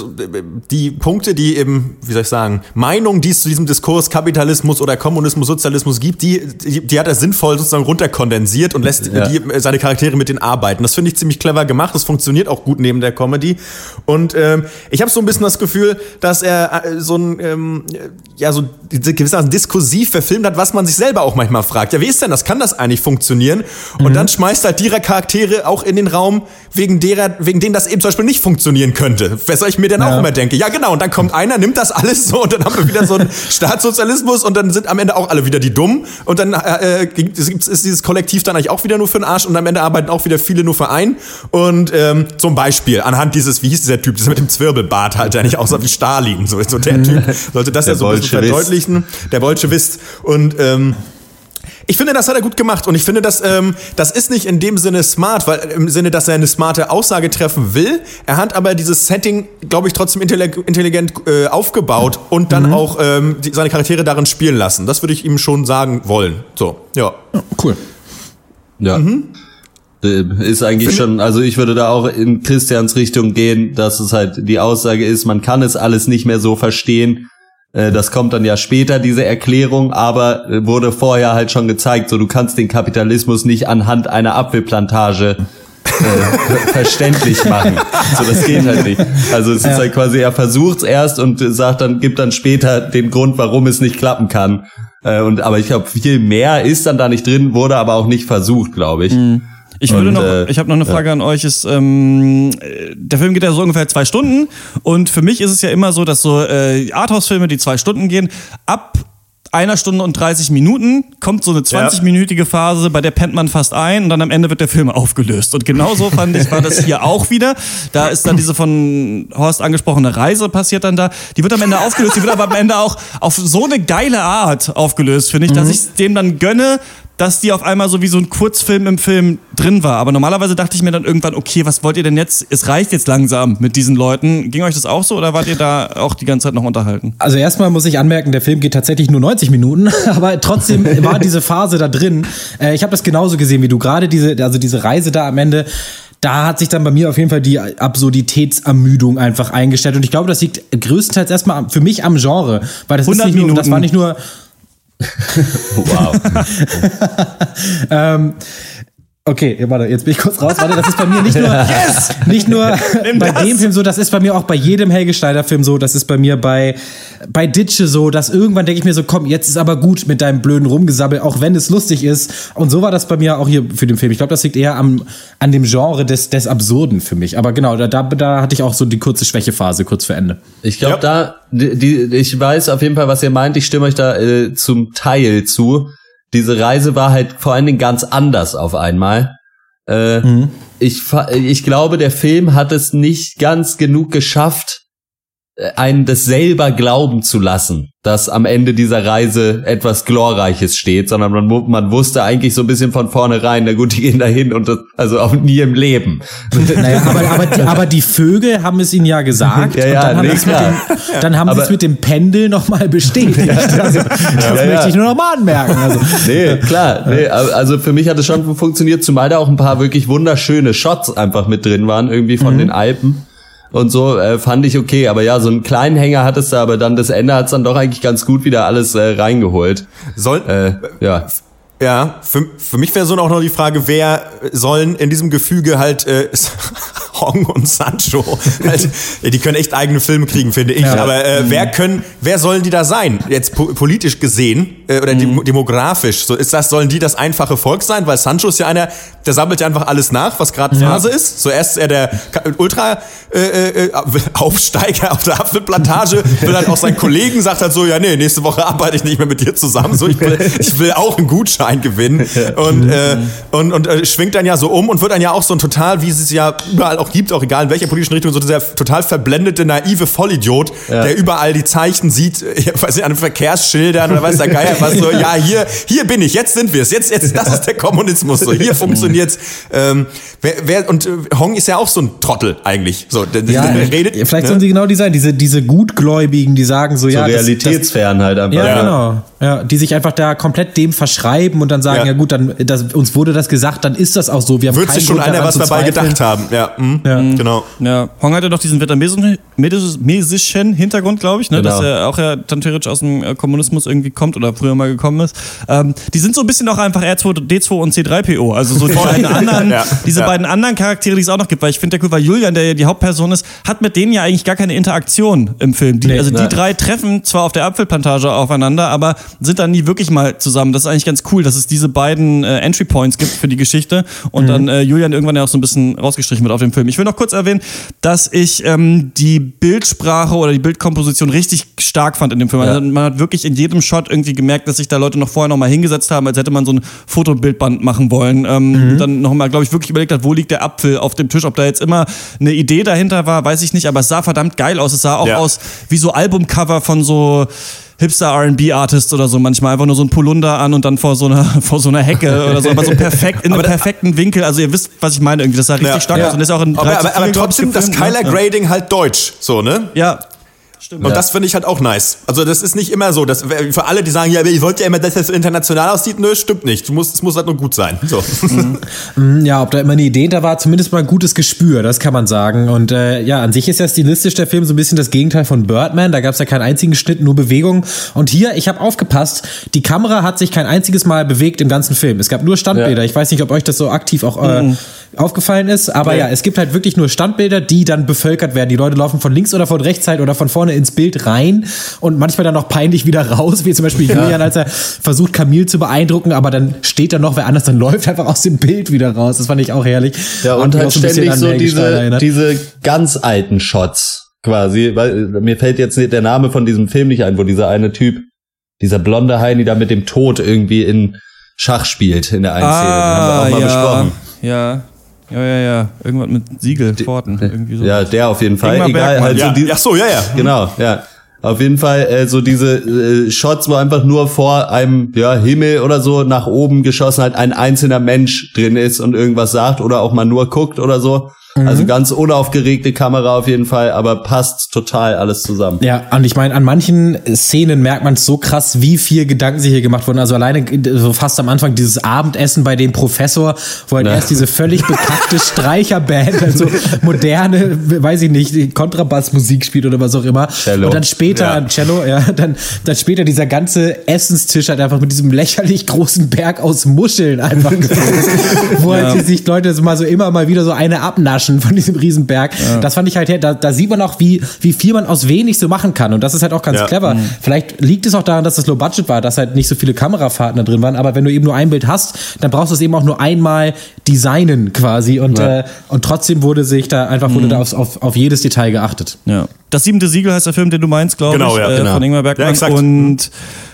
Speaker 3: die Punkte, die eben, wie soll ich sagen, Meinungen, die es zu diesem Diskurs Kapitalismus oder Kommunismus, Sozialismus gibt, die die, die hat er sinnvoll sozusagen runterkondensiert und lässt ja. die, seine Charaktere mit denen arbeiten. Das finde ich ziemlich clever gemacht. Das funktioniert auch gut neben der Comedy. Und ähm, ich habe so ein bisschen das Gefühl, dass er äh, so ein ähm, ja so gewissermaßen diskursiv verfilmt hat, was man sich selber auch manchmal fragt. Ja, wie ist denn das? Kann das eigentlich funktionieren? Und mhm. dann schmeißt halt die Charaktere auch in den Raum, wen wegen derer, wegen denen das eben zum Beispiel nicht funktionieren könnte. Weshalb ich mir dann ja. auch immer denke, ja genau, und dann kommt einer, nimmt das alles so und dann haben wir wieder so einen Staatssozialismus und dann sind am Ende auch alle wieder die Dummen und dann äh, ist dieses Kollektiv dann eigentlich auch wieder nur für den Arsch und am Ende arbeiten auch wieder viele nur für einen. Und ähm, zum Beispiel anhand dieses, wie hieß dieser Typ, dieser mit dem Zwirbelbart halt, der nicht aussah wie Stalin, so, so der Typ, sollte das der ja so ein bisschen verdeutlichen. Der Bolschewist. Und ähm, ich finde, das hat er gut gemacht und ich finde, dass ähm, das ist nicht in dem Sinne smart, weil im Sinne, dass er eine smarte Aussage treffen will. Er hat aber dieses Setting, glaube ich, trotzdem intelligent äh, aufgebaut und dann mhm. auch ähm, die, seine Charaktere darin spielen lassen. Das würde ich ihm schon sagen wollen. So, ja.
Speaker 4: ja cool.
Speaker 2: Ja. Mhm. Ist eigentlich Finde schon, also ich würde da auch in Christians Richtung gehen, dass es halt die Aussage ist, man kann es alles nicht mehr so verstehen. Das kommt dann ja später, diese Erklärung, aber wurde vorher halt schon gezeigt, so du kannst den Kapitalismus nicht anhand einer Apfelplantage äh, verständlich machen. So, das geht halt nicht. Also es ist ja. halt quasi, er versucht's erst und sagt dann, gibt dann später den Grund, warum es nicht klappen kann. Und aber ich glaube, viel mehr ist dann da nicht drin, wurde aber auch nicht versucht, glaube ich. Mhm.
Speaker 1: Ich würde und, noch, äh, ich habe noch eine Frage ja. an euch. Ist, ähm, der Film geht ja so ungefähr zwei Stunden und für mich ist es ja immer so, dass so äh, Arthouse-Filme, die zwei Stunden gehen, ab einer Stunde und dreißig Minuten kommt so eine zwanzig-minütige Phase, bei der pennt man fast ein und dann am Ende wird der Film aufgelöst. Und genauso fand ich, war das hier auch wieder. Da ist dann diese von Horst angesprochene Reise passiert dann da. Die wird am Ende aufgelöst, die wird aber am Ende auch auf so eine geile Art aufgelöst, finde ich, mhm. dass ich dem dann gönne, dass die auf einmal so wie so ein Kurzfilm im Film drin war. Aber normalerweise dachte ich mir dann irgendwann, okay, was wollt ihr denn jetzt? Es reicht jetzt langsam mit diesen Leuten. Ging euch das auch so oder wart ihr da auch die ganze Zeit noch unterhalten?
Speaker 4: Also erstmal muss ich anmerken, der Film geht tatsächlich nur neunzig Minuten, aber trotzdem war diese Phase da drin. Äh, ich habe das genauso gesehen wie du. Gerade diese, also diese Reise da am Ende, da hat sich dann bei mir auf jeden Fall die Absurditätsermüdung einfach eingestellt. Und ich glaube, das liegt größtenteils erstmal für mich am Genre. Weil das ist nicht nur, das war nicht nur
Speaker 2: wow.
Speaker 4: ähm, okay, warte, jetzt bin ich kurz raus. Warte, das ist bei mir nicht nur, yes! nicht nur bei das. dem Film so, das ist bei mir auch bei jedem Helge Schneider-Film so, das ist bei mir bei, bei Ditsche so, dass irgendwann denke ich mir so, komm, jetzt ist aber gut mit deinem blöden Rumgesabbel, auch wenn es lustig ist. Und so war das bei mir auch hier für den Film. Ich glaube, das liegt eher am, an dem Genre des, des Absurden für mich. Aber genau, da, da, da hatte ich auch so die kurze Schwächephase kurz vor Ende.
Speaker 2: Ich glaube, ja. da, die, die, ich weiß auf jeden Fall, was ihr meint. Ich stimme euch da äh, zum Teil zu. Diese Reise war halt vor allen Dingen ganz anders auf einmal. Äh, mhm. ich, ich glaube, der Film hat es nicht ganz genug geschafft, einen das selber glauben zu lassen, dass am Ende dieser Reise etwas Glorreiches steht, sondern man, man wusste eigentlich so ein bisschen von vornherein, na gut, die gehen dahin und das, also auch nie im Leben.
Speaker 4: Naja, aber, aber, die, aber die Vögel haben es ihnen ja gesagt
Speaker 2: ja, ja,
Speaker 4: und dann haben,
Speaker 2: nee,
Speaker 4: mit dem, dann haben sie es mit dem Pendel nochmal bestätigt. Ja. Also, das ja, möchte ja. ich nur nochmal anmerken. Also.
Speaker 2: Nee, klar. Nee, also für mich hat es schon funktioniert, zumal da auch ein paar wirklich wunderschöne Shots einfach mit drin waren, irgendwie von mhm. den Alpen. Und so äh, fand ich okay, aber ja, so einen kleinen Hänger hat es da, aber dann das Ende hat es dann doch eigentlich ganz gut wieder alles äh, reingeholt.
Speaker 3: Soll,
Speaker 2: äh, ja.
Speaker 3: Ja, für, für mich wäre so auch noch die Frage, wer sollen in diesem Gefüge halt äh, Hong und Sancho, halt, die können echt eigene Filme kriegen, finde ich, ja. aber äh, mhm. wer können, wer sollen die da sein? Jetzt po- politisch gesehen äh, oder mhm. demografisch, so ist das, sollen die das einfache Volk sein? Weil Sancho ist ja einer, der sammelt ja einfach alles nach, was gerade Phase ja. ist. So erst ist er der Ultra äh, äh, Aufsteiger auf der Apfelplantage, will halt auch seinen Kollegen, sagt halt so, ja nee, nächste Woche arbeite ich nicht mehr mit dir zusammen, so ich will, ich will auch einen Gutschein gewinnen und, äh, und, und äh, schwingt dann ja so um und wird dann ja auch so ein total, wie es es ja überall auch gibt, auch egal in welcher politischen Richtung, so dieser total verblendete, naive Vollidiot, ja. der überall die Zeichen sieht, ich weiß nicht, an Verkehrsschildern oder weiß der Geier was, so, ja, hier, hier bin ich, jetzt sind wir es, jetzt, jetzt, das ist der Kommunismus, so, hier funktioniert's. Ähm, wer, wer, und äh, Hong ist ja auch so ein Trottel eigentlich, so, der,
Speaker 4: ja, der redet. Vielleicht ne? sollen sie genau die sein, diese, diese Gutgläubigen, die sagen so, so ja.
Speaker 2: Realitätsfern halt einfach.
Speaker 4: Ja, ja, genau. Ja, die sich einfach da komplett dem verschreiben und dann sagen, ja, ja gut, dann das, uns wurde das gesagt, dann ist das auch so. Wir haben
Speaker 3: Wird sich schon einer was dabei gedacht haben. Ja, mhm. ja. Mhm. genau.
Speaker 1: Ja. Hong hatte doch diesen vietnamesischen Hintergrund, glaube ich, ne? Genau. Dass er auch ja dann theoretisch aus dem Kommunismus irgendwie kommt oder früher mal gekommen ist. Ähm, die sind so ein bisschen auch einfach R zwei D zwei und C drei P O, also so die beiden anderen, ja. diese ja. beiden anderen Charaktere, die es auch noch gibt, weil ich finde, der cool, weil Julian, der ja die Hauptperson ist, hat mit denen ja eigentlich gar keine Interaktion im Film. Die, nee, also die nee. drei treffen zwar auf der Apfelplantage aufeinander, aber sind dann nie wirklich mal zusammen. Das ist eigentlich ganz cool, dass es diese beiden äh, Entry Points gibt für die Geschichte und mhm. dann äh, Julian irgendwann ja auch so ein bisschen rausgestrichen wird auf dem Film. Ich will noch kurz erwähnen, dass ich ähm, die Bildsprache oder die Bildkomposition richtig stark fand in dem Film. Ja. Also man hat wirklich in jedem Shot irgendwie gemerkt, dass sich da Leute noch vorher noch mal hingesetzt haben, als hätte man so ein Fotobildband machen wollen. Ähm, mhm. Dann noch mal, glaube ich, wirklich überlegt hat, wo liegt der Apfel auf dem Tisch. Ob da jetzt immer eine Idee dahinter war, weiß ich nicht, aber es sah verdammt geil aus. Es sah auch ja. aus wie so Albumcover von so Hipster R and B-Artists oder so manchmal. Einfach nur so ein Polunder an und dann vor so einer, vor so einer Hecke oder so. Aber so perfekt, in einem perfekten Winkel. Also ihr wisst, was ich meine irgendwie. Das sah richtig ja. stark ja. aus. Und das ist auch in
Speaker 3: aber, aber, aber trotzdem das Color Grading ja. halt deutsch. So, ne?
Speaker 1: Ja. Stimmt.
Speaker 3: Und
Speaker 1: ja.
Speaker 3: das finde ich halt auch nice. Also das ist nicht immer so, dass für alle, die sagen, ja, ich wollte ja immer, dass das so international aussieht, nö, stimmt nicht. Du musst, es muss halt nur gut sein. So.
Speaker 4: Mhm. Ja, ob da immer eine Idee da war, zumindest mal ein gutes Gespür, das kann man sagen. Und äh, ja, an sich ist ja stilistisch der Film so ein bisschen das Gegenteil von Birdman. Da gab es ja keinen einzigen Schnitt, nur Bewegungen. Und hier, ich habe aufgepasst, die Kamera hat sich kein einziges Mal bewegt im ganzen Film. Es gab nur Standbilder. Ja. Ich weiß nicht, ob euch das so aktiv auch äh, mhm. aufgefallen ist, aber ja. ja, es gibt halt wirklich nur Standbilder, die dann bevölkert werden. Die Leute laufen von links oder von rechts halt oder von vorne ins Bild rein und manchmal dann noch peinlich wieder raus, wie zum Beispiel ja. Julian, als er versucht, Camille zu beeindrucken, aber dann steht da noch wer anders, dann läuft einfach aus dem Bild wieder raus. Das fand ich auch herrlich.
Speaker 2: Ja, und halt ständig so diese, diese ganz alten Shots quasi, weil mir fällt jetzt der Name von diesem Film nicht ein, wo dieser eine Typ, dieser blonde Heini da mit dem Tod irgendwie in Schach spielt in der einen
Speaker 1: ah,
Speaker 2: Szene. Den haben wir auch mal
Speaker 1: ja,
Speaker 2: besprochen.
Speaker 1: Ja. Ja, ja, ja. Irgendwas mit Siegel, Pforten, irgendwie so.
Speaker 2: Ja, der auf jeden Fall.
Speaker 1: Ingmar
Speaker 2: Egal, halt
Speaker 3: ja.
Speaker 2: so die,
Speaker 3: Ach so, ja, ja.
Speaker 2: Genau, ja. Auf jeden Fall äh, so diese äh, Shots, wo einfach nur vor einem ja, Himmel oder so nach oben geschossen halt ein einzelner Mensch drin ist und irgendwas sagt oder auch mal nur guckt oder so. Mhm. Also ganz unaufgeregte Kamera auf jeden Fall, aber passt total alles zusammen.
Speaker 4: Ja, und ich meine, an manchen Szenen merkt man so krass, wie viel Gedanken sich hier gemacht wurden. Also alleine so fast am Anfang dieses Abendessen bei dem Professor, wo halt ja. erst diese völlig bekackte Streicherband, also moderne, weiß ich nicht, Kontrabassmusik spielt oder was auch immer.
Speaker 2: Cello.
Speaker 4: Und dann später,
Speaker 3: ja.
Speaker 4: Cello, ja, dann, dann später dieser ganze Essenstisch halt einfach mit diesem lächerlich großen Berg aus Muscheln einfach gefüllt ist, wo ja. halt sich Leute so mal so immer mal wieder so eine abnaschen von diesem Riesenberg. Ja. Das fand ich halt, da, da sieht man auch, wie, wie viel man aus wenig so machen kann. Und das ist halt auch ganz ja. clever. Mhm. Vielleicht liegt es auch daran, dass das Low Budget war, dass halt nicht so viele Kamerafahrten da drin waren. Aber wenn du eben nur ein Bild hast, dann brauchst du es eben auch nur einmal designen quasi. Und, ja. äh, und trotzdem wurde sich da einfach, wurde mhm. da auf, auf, auf jedes Detail geachtet.
Speaker 1: Ja. Das siebente Siegel heißt der Film, den du meinst, glaube
Speaker 3: genau,
Speaker 1: ich,
Speaker 3: ja,
Speaker 1: äh,
Speaker 3: genau.
Speaker 1: von Ingmar Bergman.
Speaker 3: Ja, exakt.
Speaker 1: Und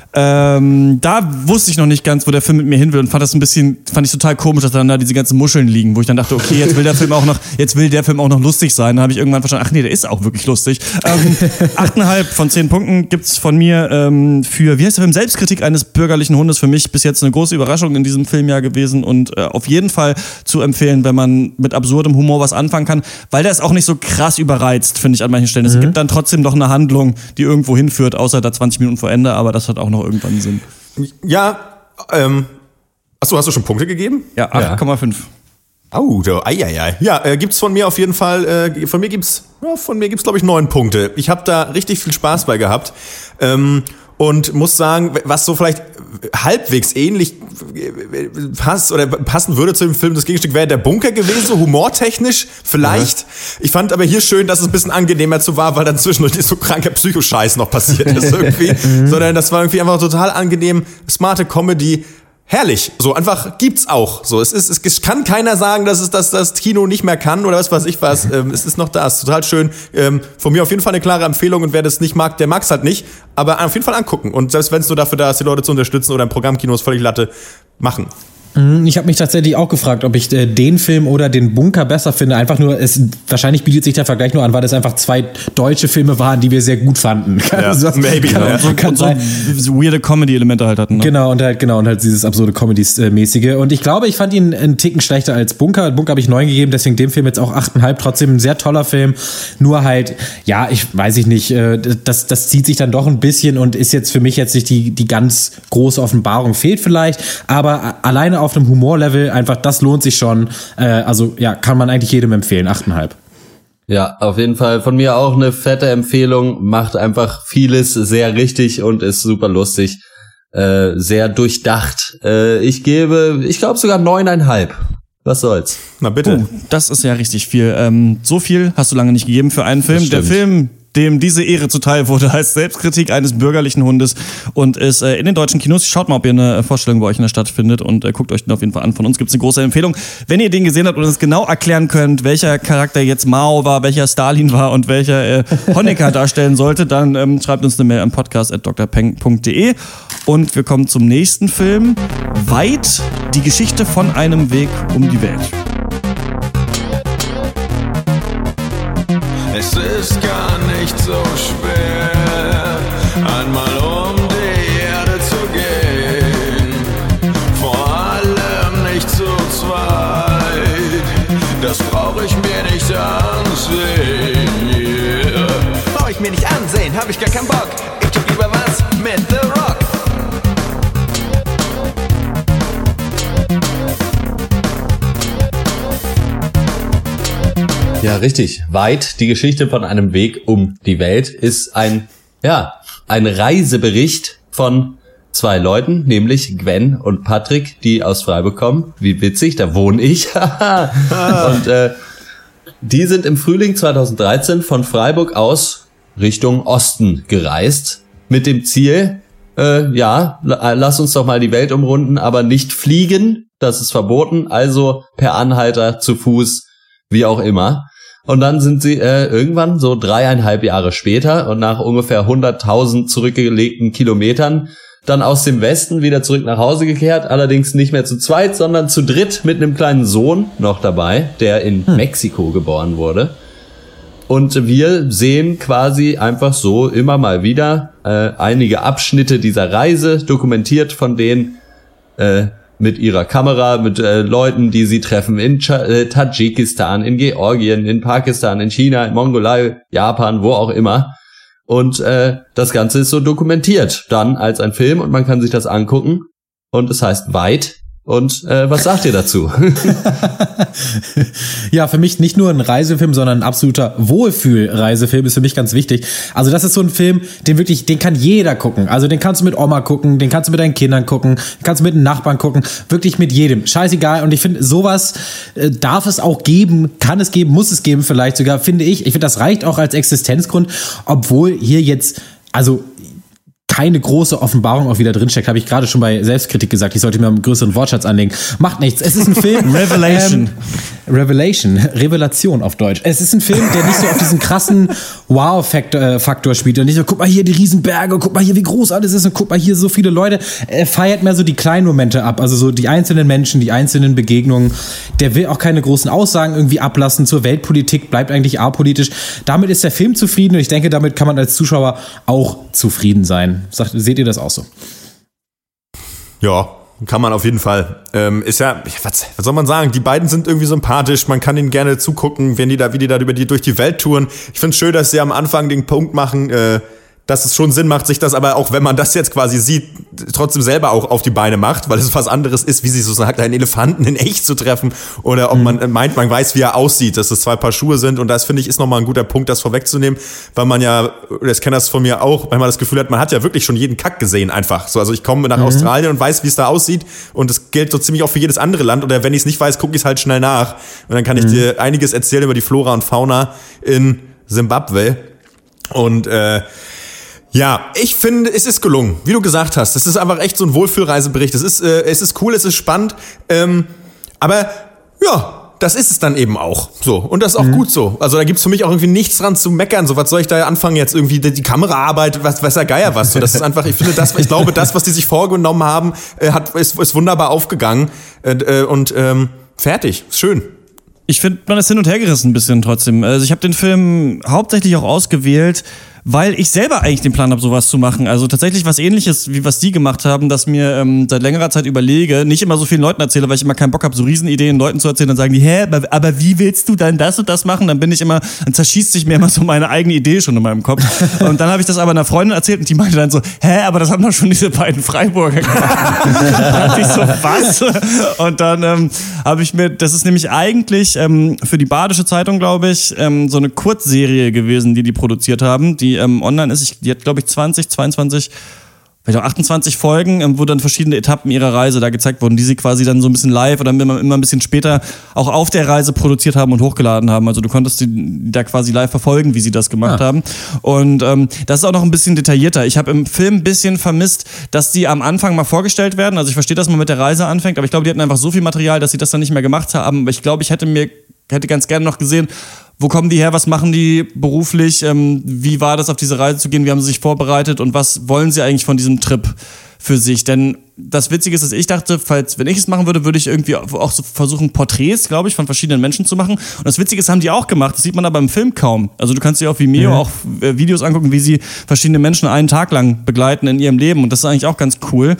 Speaker 1: Ähm, da wusste ich noch nicht ganz, wo der Film mit mir hin will und fand das ein bisschen, fand ich total komisch, dass dann da diese ganzen Muscheln liegen, wo ich dann dachte, okay, jetzt will der Film auch noch, jetzt will der Film auch noch lustig sein. Dann habe ich irgendwann verstanden, ach nee, der ist auch wirklich lustig. Ähm, achteinhalb von zehn Punkten gibt's von mir ähm, für, wie heißt der Film, Selbstkritik eines bürgerlichen Hundes, für mich bis jetzt eine große Überraschung in diesem Filmjahr gewesen und äh, auf jeden Fall zu empfehlen, wenn man mit absurdem Humor was anfangen kann, weil der ist auch nicht so krass überreizt, finde ich an manchen Stellen. Es mhm. gibt dann trotzdem noch eine Handlung, die irgendwo hinführt, außer da zwanzig Minuten vor Ende, aber das hat auch noch irgendwann Sinn.
Speaker 3: Ja, ähm, achso, hast du schon Punkte gegeben?
Speaker 1: Ja, acht Komma fünf.
Speaker 3: Oh, da, ei, ei, ei. Ja, äh, gibt's von mir auf jeden Fall, äh, von mir gibt's, ja, von mir gibt's glaube ich neun Punkte. Ich habe da richtig viel Spaß bei gehabt. Ähm, Und muss sagen, was so vielleicht halbwegs ähnlich passt oder passen würde zu dem Film, das Gegenstück wäre der Bunker gewesen, so humortechnisch vielleicht. Ja. Ich fand aber hier schön, dass es ein bisschen angenehmer zu war, weil dann zwischendurch nicht so kranker Psychoscheiß noch passiert ist irgendwie. Sondern das war irgendwie einfach total angenehm, smarte Comedy. Herrlich, so einfach gibt's auch. So, es ist, es kann keiner sagen, dass es das, das Kino nicht mehr kann oder was weiß ich was. Ähm, es ist noch da, es ist total schön. Ähm, von mir auf jeden Fall eine klare Empfehlung und wer das nicht mag, der mag's halt nicht. Aber auf jeden Fall angucken und selbst wenn es nur dafür da ist, die Leute zu unterstützen oder im Programmkino ist völlig Latte, machen.
Speaker 4: Ich habe mich tatsächlich auch gefragt, ob ich äh, den Film oder den Bunker besser finde. Einfach nur, es wahrscheinlich bietet sich der Vergleich nur an, weil das einfach zwei deutsche Filme waren, die wir sehr gut fanden.
Speaker 3: Ja, also das maybe.
Speaker 1: Kann,
Speaker 3: ja.
Speaker 1: so, kann so, so weirde Comedy-Elemente halt hatten. Ne?
Speaker 4: Genau, und halt, genau, und halt dieses absurde Comedy-mäßige. Und ich glaube, ich fand ihn einen Ticken schlechter als Bunker. Bunker habe ich neun gegeben, deswegen dem Film jetzt auch acht Komma fünf. Trotzdem ein sehr toller Film. Nur halt, ja, ich weiß ich nicht, das, das zieht sich dann doch ein bisschen und ist jetzt für mich jetzt nicht die, die ganz große Offenbarung. Fehlt vielleicht, aber alleine auf einem Humorlevel einfach, das lohnt sich schon. Äh, also ja, kann man eigentlich jedem empfehlen. acht Komma fünf.
Speaker 2: Ja, auf jeden Fall von mir auch eine fette Empfehlung. Macht einfach vieles sehr richtig und ist super lustig. Äh, sehr durchdacht. Äh, ich gebe, ich glaube sogar neuneinhalb. Was soll's?
Speaker 3: Na bitte.
Speaker 1: Oh, das ist ja richtig viel. Ähm, so viel hast du lange nicht gegeben für einen Film. Der Film dem diese Ehre zuteil wurde, als Selbstkritik eines bürgerlichen Hundes und ist äh, in den deutschen Kinos. Schaut mal, ob ihr eine Vorstellung bei euch in der Stadt findet und äh, guckt euch den auf jeden Fall an. Von uns gibt's eine große Empfehlung. Wenn ihr den gesehen habt und uns genau erklären könnt, welcher Charakter jetzt Mao war, welcher Stalin war und welcher äh, Honecker darstellen sollte, dann ähm, schreibt uns eine Mail an podcast at d r peng punkt d e und wir kommen zum nächsten Film. Weit, die Geschichte von einem Weg um die Welt.
Speaker 6: Es ist gar nicht so schwer, einmal um die Erde zu gehen. Vor allem nicht zu zweit, das brauch ich mir nicht ansehen. Yeah.
Speaker 7: Brauch ich mir nicht ansehen, hab ich gar keinen Bock. Ich tu lieber was mit The Rock.
Speaker 2: Ja, richtig. Weit, die Geschichte von einem Weg um die Welt ist ein, ja, ein Reisebericht von zwei Leuten, nämlich Gwen und Patrick, die aus Freiburg kommen. Wie witzig, da wohne ich. Und äh, die sind im Frühling zweitausenddreizehn von Freiburg aus Richtung Osten gereist. Mit dem Ziel, äh, ja, lass uns doch mal die Welt umrunden, aber nicht fliegen, das ist verboten. Also per Anhalter, zu Fuß, wie auch immer. Und dann sind sie äh, irgendwann so dreieinhalb Jahre später und nach ungefähr hunderttausend zurückgelegten Kilometern dann aus dem Westen wieder zurück nach Hause gekehrt, allerdings nicht mehr zu zweit, sondern zu dritt mit einem kleinen Sohn noch dabei, der in hm. Mexiko geboren wurde. Und wir sehen quasi einfach so immer mal wieder äh, einige Abschnitte dieser Reise, dokumentiert von denen äh, mit ihrer Kamera, mit äh, Leuten, die sie treffen in Ch- äh, Tadschikistan, in Georgien, in Pakistan, in China, in Mongolei, Japan, wo auch immer. Und äh, das Ganze ist so dokumentiert dann als ein Film und man kann sich das angucken. Und es heißt Weit. Und äh, was sagt ihr dazu?
Speaker 4: Ja, für mich nicht nur ein Reisefilm, sondern ein absoluter Wohlfühl-Reisefilm ist für mich ganz wichtig. Also das ist so ein Film, den wirklich, den kann jeder gucken. Also den kannst du mit Oma gucken, den kannst du mit deinen Kindern gucken, den kannst du mit den Nachbarn gucken, wirklich mit jedem. Scheißegal. Und ich finde, sowas äh, darf es auch geben, kann es geben, muss es geben vielleicht sogar, finde ich. Ich finde, das reicht auch als Existenzgrund, obwohl hier jetzt, also keine große Offenbarung auch wieder drinsteckt, habe ich gerade schon bei Selbstkritik gesagt. Ich sollte mir einen größeren Wortschatz anlegen. Macht nichts. Es ist ein Film.
Speaker 1: Revelation.
Speaker 4: Ähm, Revelation. Revelation auf Deutsch. Es ist ein Film, der nicht so auf diesen krassen Wow-Faktor Faktor spielt. Und nicht so, guck mal hier die Riesenberge, guck mal hier, wie groß alles ist und guck mal hier so viele Leute. Er feiert mehr so die kleinen Momente ab. Also so die einzelnen Menschen, die einzelnen Begegnungen. Der will auch keine großen Aussagen irgendwie ablassen zur Weltpolitik, bleibt eigentlich apolitisch. Damit ist der Film zufrieden und ich denke, damit kann man als Zuschauer auch zufrieden sein. Sagt, seht ihr das auch so?
Speaker 3: Ja, kann man auf jeden Fall. Ähm, ist ja, was, was soll man sagen? Die beiden sind irgendwie sympathisch. Man kann ihnen gerne zugucken, wenn die da, wie die da über die, durch die Welt touren. Ich finde es schön, dass sie am Anfang den Punkt machen, äh, dass es schon Sinn macht, sich das aber auch, wenn man das jetzt quasi sieht, trotzdem selber auch auf die Beine macht, weil es was anderes ist, wie sie so sagt, einen Elefanten in echt zu treffen oder ob mhm. man meint, man weiß, wie er aussieht, dass es zwei Paar Schuhe sind und das finde ich ist nochmal ein guter Punkt, das vorwegzunehmen, weil man ja, das kennt das von mir auch, weil man das Gefühl hat, man hat ja wirklich schon jeden Kack gesehen einfach. So, also ich komme nach mhm. Australien und weiß, wie es da aussieht und das gilt so ziemlich auch für jedes andere Land oder wenn ich es nicht weiß, gucke ich es halt schnell nach und dann kann ich mhm. dir einiges erzählen über die Flora und Fauna in Simbabwe und äh, ja, ich finde, es ist gelungen, wie du gesagt hast. Es ist einfach echt so ein Wohlfühlreisebericht. Es ist, äh, es ist cool, es ist spannend, ähm, aber ja, das ist es dann eben auch. So und das ist auch mhm. gut so. Also da gibt's für mich auch irgendwie nichts dran zu meckern. So was soll ich da anfangen jetzt irgendwie die, die Kameraarbeit, was weiß der Geier was. So das ist einfach. Ich finde das, ich glaube, das, was die sich vorgenommen haben, äh, hat ist, ist wunderbar aufgegangen äh, und ähm, fertig, schön.
Speaker 1: Ich finde, man ist hin und her gerissen ein bisschen trotzdem. Also ich habe den Film hauptsächlich auch ausgewählt, weil ich selber eigentlich den Plan habe, sowas zu machen. Also tatsächlich was Ähnliches, wie was die gemacht haben, dass mir ähm, seit längerer Zeit überlege, nicht immer so vielen Leuten erzähle, weil ich immer keinen Bock habe, so Riesenideen Leuten zu erzählen. Dann sagen die, hä, aber, aber wie willst du dann das und das machen? Dann bin ich immer, dann zerschießt sich mir immer so meine eigene Idee schon in meinem Kopf. Und dann habe ich das aber einer Freundin erzählt und die meinte dann so, hä, aber das haben doch schon diese beiden Freiburger gemacht. Da dachte ich so, was? Und dann ähm, habe ich mir, das ist nämlich eigentlich ähm, für die Badische Zeitung, glaube ich, ähm, so eine Kurzserie gewesen, die die produziert haben, die ähm, online ist. Ich, die hat, glaube ich, zwanzig, zweiundzwanzig vielleicht auch achtundzwanzig Folgen, wo dann verschiedene Etappen ihrer Reise da gezeigt wurden, die sie quasi dann so ein bisschen live oder immer, immer ein bisschen später auch auf der Reise produziert haben und hochgeladen haben. Also du konntest die da quasi live verfolgen, wie sie das gemacht ah. haben. Und ähm, das ist auch noch ein bisschen detaillierter. Ich habe im Film ein bisschen vermisst, dass die am Anfang mal vorgestellt werden. Also ich verstehe, dass man mit der Reise anfängt, aber ich glaube, die hatten einfach so viel Material, dass sie das dann nicht mehr gemacht haben. Aber ich glaube, ich hätte mir hätte ganz gerne noch gesehen, wo kommen die her, was machen die beruflich, ähm, wie war das, auf diese Reise zu gehen, wie haben sie sich vorbereitet und was wollen sie eigentlich von diesem Trip für sich? Denn das Witzige ist, dass ich dachte, falls, wenn ich es machen würde, würde ich irgendwie auch so versuchen, Porträts, glaube ich, von verschiedenen Menschen zu machen. Und das Witzige ist, haben die auch gemacht, das sieht man aber im Film kaum. Also du kannst dir auf Vimeo mhm. auch äh, Videos angucken, wie sie verschiedene Menschen einen Tag lang begleiten in ihrem Leben und das ist eigentlich auch ganz cool.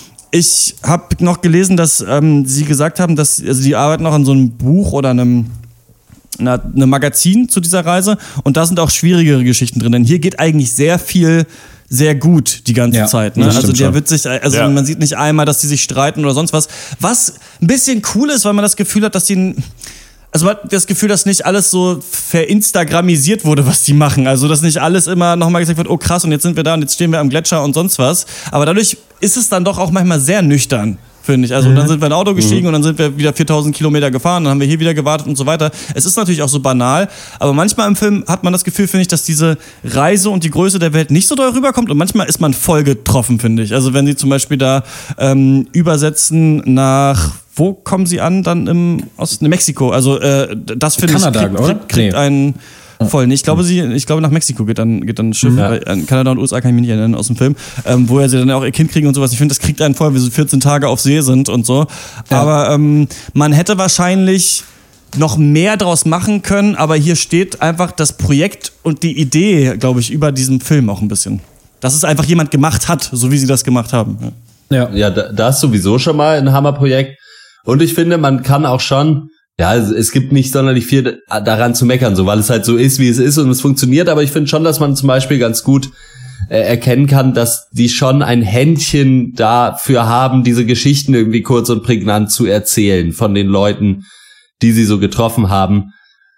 Speaker 1: Ich habe noch gelesen, dass ähm, sie gesagt haben, dass also die arbeiten noch an so einem Buch oder einem eine, eine Magazin zu dieser Reise und da sind auch schwierigere Geschichten drin, denn hier geht eigentlich sehr viel sehr gut die ganze ja, Zeit. Ne? Also der wird sich, also ja. man sieht nicht einmal, dass die sich streiten oder sonst was. Was ein bisschen cool ist, weil man das Gefühl hat, dass die also man hat das Gefühl, dass nicht alles so verinstagrammisiert wurde, was die machen. Also dass nicht alles immer nochmal gesagt wird, oh krass, und jetzt sind wir da und jetzt stehen wir am Gletscher und sonst was. Aber dadurch ist es dann doch auch manchmal sehr nüchtern, finde ich. Also mhm. dann sind wir in ein Auto gestiegen mhm. und dann sind wir wieder viertausend Kilometer gefahren, dann haben wir hier wieder gewartet und so weiter. Es ist natürlich auch so banal, aber manchmal im Film hat man das Gefühl, finde ich, dass diese Reise und die Größe der Welt nicht so doll rüberkommt und manchmal ist man voll getroffen, finde ich. Also wenn sie zum Beispiel da ähm, übersetzen nach... Wo kommen sie an? Dann im aus ne, Mexiko. Also äh, das finde ich kriegt, kriegt, kriegt nee. einen voll. Nee, ich glaube, sie, ich glaube nach Mexiko geht dann geht dann ein Schiff. Ja. An Kanada und U S A kann ich mich nicht erinnern aus dem Film, ähm, wo ja sie dann auch ihr Kind kriegen und sowas. Ich finde, das kriegt einen voll, wie so vierzehn Tage auf See sind und so. Ja. Aber ähm, man hätte wahrscheinlich noch mehr draus machen können. Aber hier steht einfach das Projekt und die Idee, glaube ich, über diesem Film auch ein bisschen. Dass es einfach jemand gemacht hat, so wie sie das gemacht haben.
Speaker 2: Ja, ja, da, da ist sowieso schon mal ein Hammerprojekt. Und ich finde, man kann auch schon, ja, es gibt nicht sonderlich viel daran zu meckern, so, weil es halt so ist, wie es ist und es funktioniert. Aber ich finde schon, dass man zum Beispiel ganz gut äh, erkennen kann, dass die schon ein Händchen dafür haben, diese Geschichten irgendwie kurz und prägnant zu erzählen von den Leuten, die sie so getroffen haben.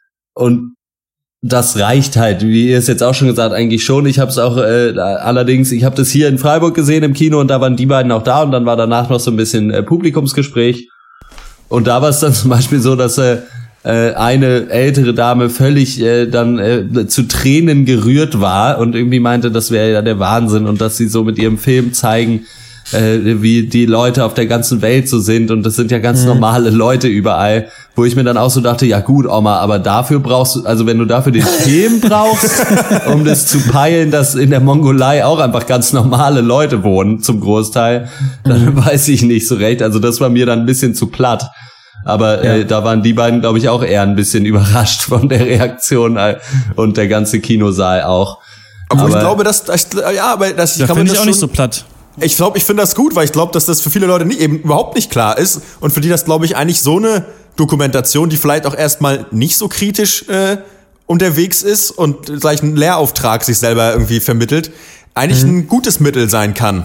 Speaker 2: Und das reicht halt, wie ihr es jetzt auch schon gesagt, eigentlich schon. Ich habe es auch äh, allerdings, ich habe das hier in Freiburg gesehen im Kino und da waren die beiden auch da und dann war danach noch so ein bisschen äh, Publikumsgespräch. Und da war es dann zum Beispiel so, dass äh, eine ältere Dame völlig äh, dann äh, zu Tränen gerührt war und irgendwie meinte, das wäre ja der Wahnsinn und dass sie so mit ihrem Film zeigen, äh, wie die Leute auf der ganzen Welt so sind und das sind ja ganz mhm. normale Leute überall, wo ich mir dann auch so dachte, ja gut, Oma, aber dafür brauchst du, also wenn du dafür den Film brauchst, um das zu peilen, dass in der Mongolei auch einfach ganz normale Leute wohnen, zum Großteil, dann mhm. weiß ich nicht so recht, also das war mir dann ein bisschen zu platt. Aber ja. äh, da waren die beiden, glaube ich, auch eher ein bisschen überrascht von der Reaktion äh, und der ganze Kinosaal auch.
Speaker 3: Aber, aber ich glaube, dass, dass ja, aber dass ich
Speaker 1: da
Speaker 3: kann
Speaker 1: finde
Speaker 3: ich
Speaker 1: auch
Speaker 3: schon,
Speaker 1: nicht so platt.
Speaker 3: Ich glaube, ich finde das gut, weil ich glaube, dass das für viele Leute nicht, eben überhaupt nicht klar ist und für die das, glaube ich, eigentlich so eine Dokumentation, die vielleicht auch erstmal nicht so kritisch äh, unterwegs ist und gleich einen Lehrauftrag sich selber irgendwie vermittelt, eigentlich mhm. ein gutes Mittel sein kann.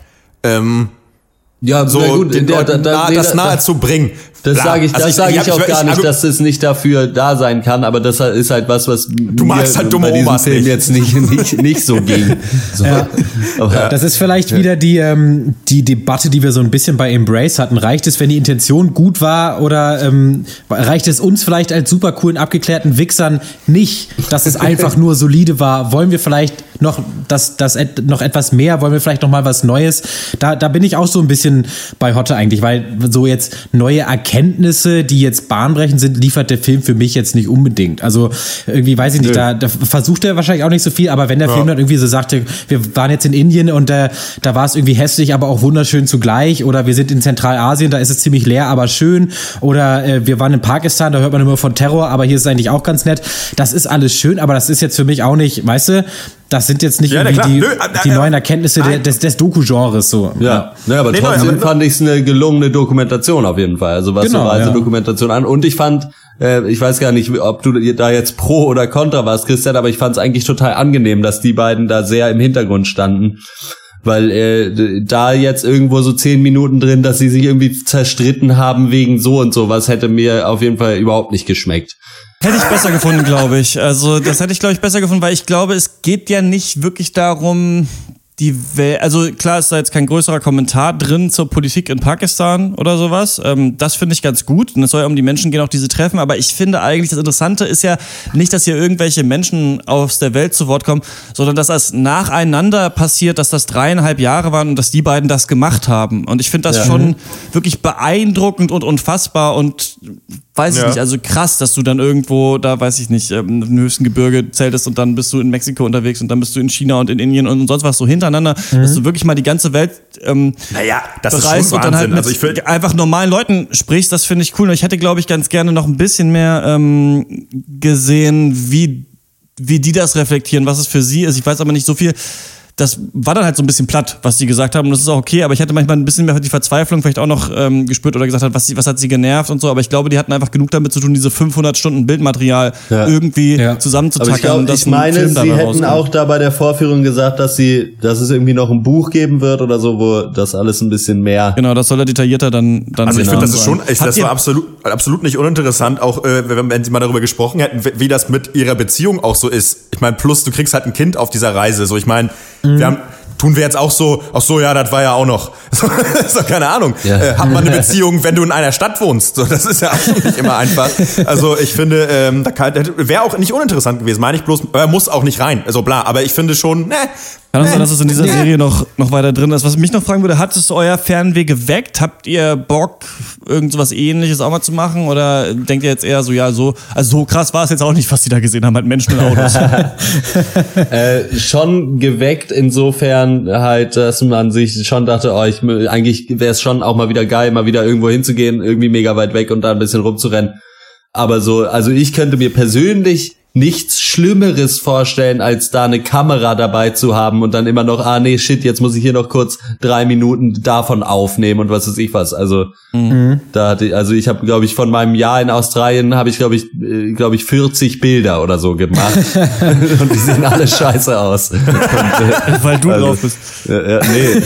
Speaker 3: Ähm,
Speaker 2: ja,
Speaker 3: so
Speaker 2: gut,
Speaker 3: den Leuten nah, das nahe zu bringen.
Speaker 2: Das sage ich, das also sage ich, ich auch ich, gar ich, nicht, dass es nicht dafür da sein kann, aber das ist halt was, was
Speaker 3: du magst halt dumme
Speaker 2: bei diesem
Speaker 3: Omas
Speaker 2: Film
Speaker 3: nicht.
Speaker 2: jetzt nicht, nicht, nicht so ging. So.
Speaker 4: Ja. Ja. Das ist vielleicht ja. wieder die, ähm, die Debatte, die wir so ein bisschen bei Embrace hatten. Reicht es, wenn die Intention gut war oder ähm, reicht es uns vielleicht als super coolen, abgeklärten Wichsern nicht, dass es einfach nur solide war? Wollen wir vielleicht noch das, das et- noch etwas mehr? Wollen wir vielleicht noch mal was Neues? Da, da bin ich auch so ein bisschen bei Hotte eigentlich, weil so jetzt neue Erkenntnisse, die jetzt bahnbrechend sind, liefert der Film für mich jetzt nicht unbedingt. Also irgendwie, weiß ich nicht, da, da versucht er wahrscheinlich auch nicht so viel, aber wenn der ja. Film dann irgendwie so sagte, wir waren jetzt in Indien und äh, da war es irgendwie hässlich, aber auch wunderschön zugleich, oder wir sind in Zentralasien, da ist es ziemlich leer, aber schön, oder äh, wir waren in Pakistan, da hört man immer von Terror, aber hier ist es eigentlich auch ganz nett. Das ist alles schön, aber das ist jetzt für mich auch nicht, weißt du, das sind jetzt nicht ja, irgendwie die, Nö, die äh, neuen Erkenntnisse der, des, des Doku-Genres. So.
Speaker 2: Ja, ja. ja aber nee, trotzdem aber, fand ich es eine gelungene Dokumentation auf jeden Fall. Also was genau, so Reisedokumentation ja. an. Und ich fand, äh, ich weiß gar nicht, ob du da jetzt pro oder contra warst, Christian, aber ich fand es eigentlich total angenehm, dass die beiden da sehr im Hintergrund standen. Weil äh, da jetzt irgendwo so zehn Minuten drin, dass sie sich irgendwie zerstritten haben wegen so und so, was hätte mir auf jeden Fall überhaupt nicht geschmeckt.
Speaker 1: Hätte ich besser gefunden, glaube ich. Also das hätte ich, glaube ich, besser gefunden, weil ich glaube, es geht ja nicht wirklich darum, die Welt, also klar ist da jetzt kein größerer Kommentar drin zur Politik in Pakistan oder sowas. Ähm, das finde ich ganz gut. Und es soll ja um die Menschen gehen, auch diese Treffen. Aber ich finde eigentlich, das Interessante ist ja nicht, dass hier irgendwelche Menschen aus der Welt zu Wort kommen, sondern dass das nacheinander passiert, dass das dreieinhalb Jahre waren und dass die beiden das gemacht haben. Und ich finde das ja. schon wirklich beeindruckend und unfassbar und weiß ich ja. nicht, also krass, dass du dann irgendwo, da weiß ich nicht, im höchsten Gebirge zeltest und dann bist du in Mexiko unterwegs und dann bist du in China und in Indien und sonst was so hintereinander, mhm. dass du wirklich mal die ganze Welt ähm,
Speaker 3: naja, das
Speaker 1: bereist
Speaker 3: ist schon
Speaker 1: und dann halt mit
Speaker 3: also ich will
Speaker 1: einfach normalen Leuten sprichst, das finde ich cool. Und ich hätte, glaube ich, ganz gerne noch ein bisschen mehr ähm, gesehen, wie, wie die das reflektieren, was es für sie ist. Ich weiß aber nicht so viel. Das war dann halt so ein bisschen platt, was die gesagt haben. Und das ist auch okay, aber ich hätte manchmal ein bisschen mehr die Verzweiflung vielleicht auch noch ähm, gespürt oder gesagt hat, was, sie, was hat sie genervt und so. Aber ich glaube, die hatten einfach genug damit zu tun, diese fünfhundert Stunden Bildmaterial ja. irgendwie ja. zusammenzutackern.
Speaker 2: Aber ich, glaub, ich meine, sie hätten rauskommt. auch da bei der Vorführung gesagt, dass sie, dass es irgendwie noch ein Buch geben wird oder so, wo das alles ein bisschen mehr.
Speaker 1: Genau, das soll ja detaillierter dann dann.
Speaker 3: Also ich finde, das ist schon, ich, das war absolut, absolut nicht uninteressant, auch äh, wenn, wenn sie mal darüber gesprochen hätten, wie das mit ihrer Beziehung auch so ist. Ich meine, plus du kriegst halt ein Kind auf dieser Reise. So, ich meine, mhm. wir haben tun wir jetzt auch so, ach so, ja, das war ja auch noch. So, so keine Ahnung. Ja. Äh, hat man eine Beziehung, wenn du in einer Stadt wohnst? So, das ist ja auch nicht immer einfach. Also ich finde, ähm, da wäre auch nicht uninteressant gewesen, meine ich bloß, er muss auch nicht rein. Also bla, aber ich finde schon, ne.
Speaker 1: Kann auch sein, dass es in dieser Serie noch, noch weiter drin ist. Was mich noch fragen würde, hat es euer Fernweh geweckt? Habt ihr Bock, irgend sowas Ähnliches auch mal zu machen? Oder denkt ihr jetzt eher so, ja, so, also so krass war es jetzt auch nicht, was die da gesehen haben, halt Menschen in Autos?
Speaker 2: äh, schon geweckt insofern halt, dass man sich schon dachte, oh, ich, eigentlich wäre es schon auch mal wieder geil, mal wieder irgendwo hinzugehen, irgendwie mega weit weg und da ein bisschen rumzurennen. Aber so, also ich könnte mir persönlich nichts Schlimmeres vorstellen, als da eine Kamera dabei zu haben und dann immer noch, ah nee, shit, jetzt muss ich hier noch kurz drei Minuten davon aufnehmen und was weiß ich was. Also mhm. da hatte ich, also ich habe, glaube ich, von meinem Jahr in Australien habe ich, glaube ich, äh, glaube ich, vierzig Bilder oder so gemacht und die sehen alle scheiße aus. Und,
Speaker 1: äh, Weil du also, drauf bist.
Speaker 2: Äh, äh, nee.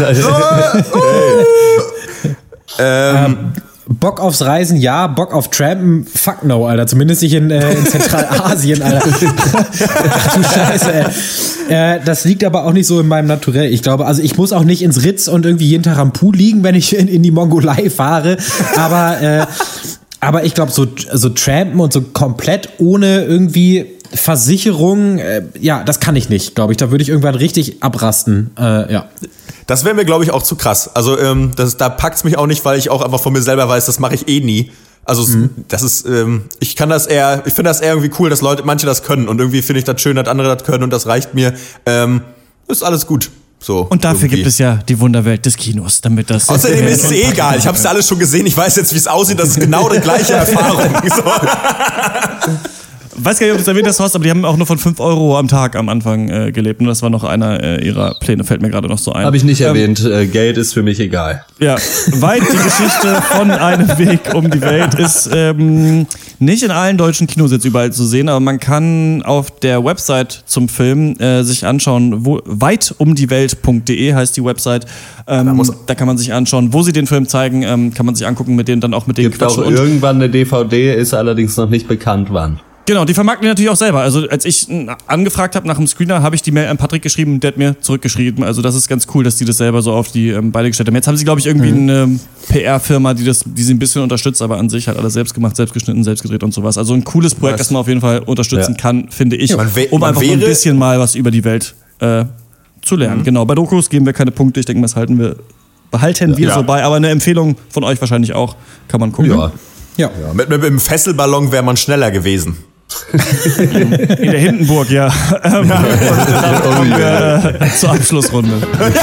Speaker 4: ähm, Bock aufs Reisen, ja. Bock auf Trampen, fuck no, Alter. Zumindest nicht in, äh, in Zentralasien, Alter. Ach du Scheiße, ey. Äh, das liegt aber auch nicht so in meinem Naturell. Ich glaube, also ich muss auch nicht ins Ritz und irgendwie jeden Tag am Pool liegen, wenn ich in, in die Mongolei fahre. Aber, äh, aber ich glaube, so, so Trampen und so komplett ohne irgendwie Versicherung, äh, ja, das kann ich nicht, glaube ich. Da würde ich irgendwann richtig abrasten, äh, ja.
Speaker 3: Das wäre mir, glaube ich, auch zu krass. Also ähm, das, da packt's mich auch nicht, weil ich auch einfach von mir selber weiß, das mache ich eh nie. Also mhm. das ist, ähm, ich kann das eher, ich finde das eher irgendwie cool, dass Leute, manche das können und irgendwie finde ich das schön, dass andere das können und das reicht mir. Ähm, ist alles gut. So,
Speaker 1: und dafür
Speaker 3: irgendwie.
Speaker 1: gibt es ja die Wunderwelt des Kinos, damit das.
Speaker 3: Außerdem ist es eh egal. Ich habe es ja alles schon gesehen. Ich weiß jetzt, wie es aussieht. Das ist genau die gleiche Erfahrung. So.
Speaker 1: Weiß gar nicht, ob du es erwähnt hast, Horst, aber die haben auch nur von fünf Euro am Tag am Anfang äh, gelebt. Und das war noch einer äh, ihrer Pläne, fällt mir gerade noch so ein.
Speaker 2: Habe ich nicht ähm, erwähnt. Äh, Geld ist für mich egal.
Speaker 1: Ja, weit die Geschichte von einem Weg um die Welt ist ähm, nicht in allen deutschen Kinos jetzt überall zu sehen, aber man kann auf der Website zum Film äh, sich anschauen, wo, weit um die Welt punkt de heißt die Website. Ähm, da, muss, da kann man sich anschauen, wo sie den Film zeigen, ähm, kann man sich angucken, mit denen dann auch mit denen
Speaker 2: quatschen. Gibt auch irgendwann eine D V D, ist allerdings noch nicht bekannt, wann.
Speaker 1: Genau, die vermarkten die natürlich auch selber. Also als ich angefragt habe nach dem Screener, habe ich die Mail an Patrick geschrieben, der hat mir zurückgeschrieben. Also das ist ganz cool, dass die das selber so auf die ähm, Beine gestellt haben. Jetzt haben sie, glaube ich, irgendwie mhm. eine P R-Firma, die das, die sie ein bisschen unterstützt, aber an sich halt alles selbst gemacht, selbst geschnitten, selbst gedreht und sowas. Also ein cooles Projekt, das man auf jeden Fall unterstützen ja. kann, finde ich, ja, um einfach so ein bisschen mal was über die Welt äh, zu lernen. Mhm. Genau, bei Dokus geben wir keine Punkte. Ich denke, das halten wir, behalten wir ja. so bei. Aber eine Empfehlung von euch wahrscheinlich auch, kann man gucken.
Speaker 3: Ja. Ja. ja. Mit, mit, mit dem Fesselballon wäre man schneller gewesen.
Speaker 1: In der Hindenburg, ja. Ähm, ja. Dann kommen wir äh, zur Abschlussrunde.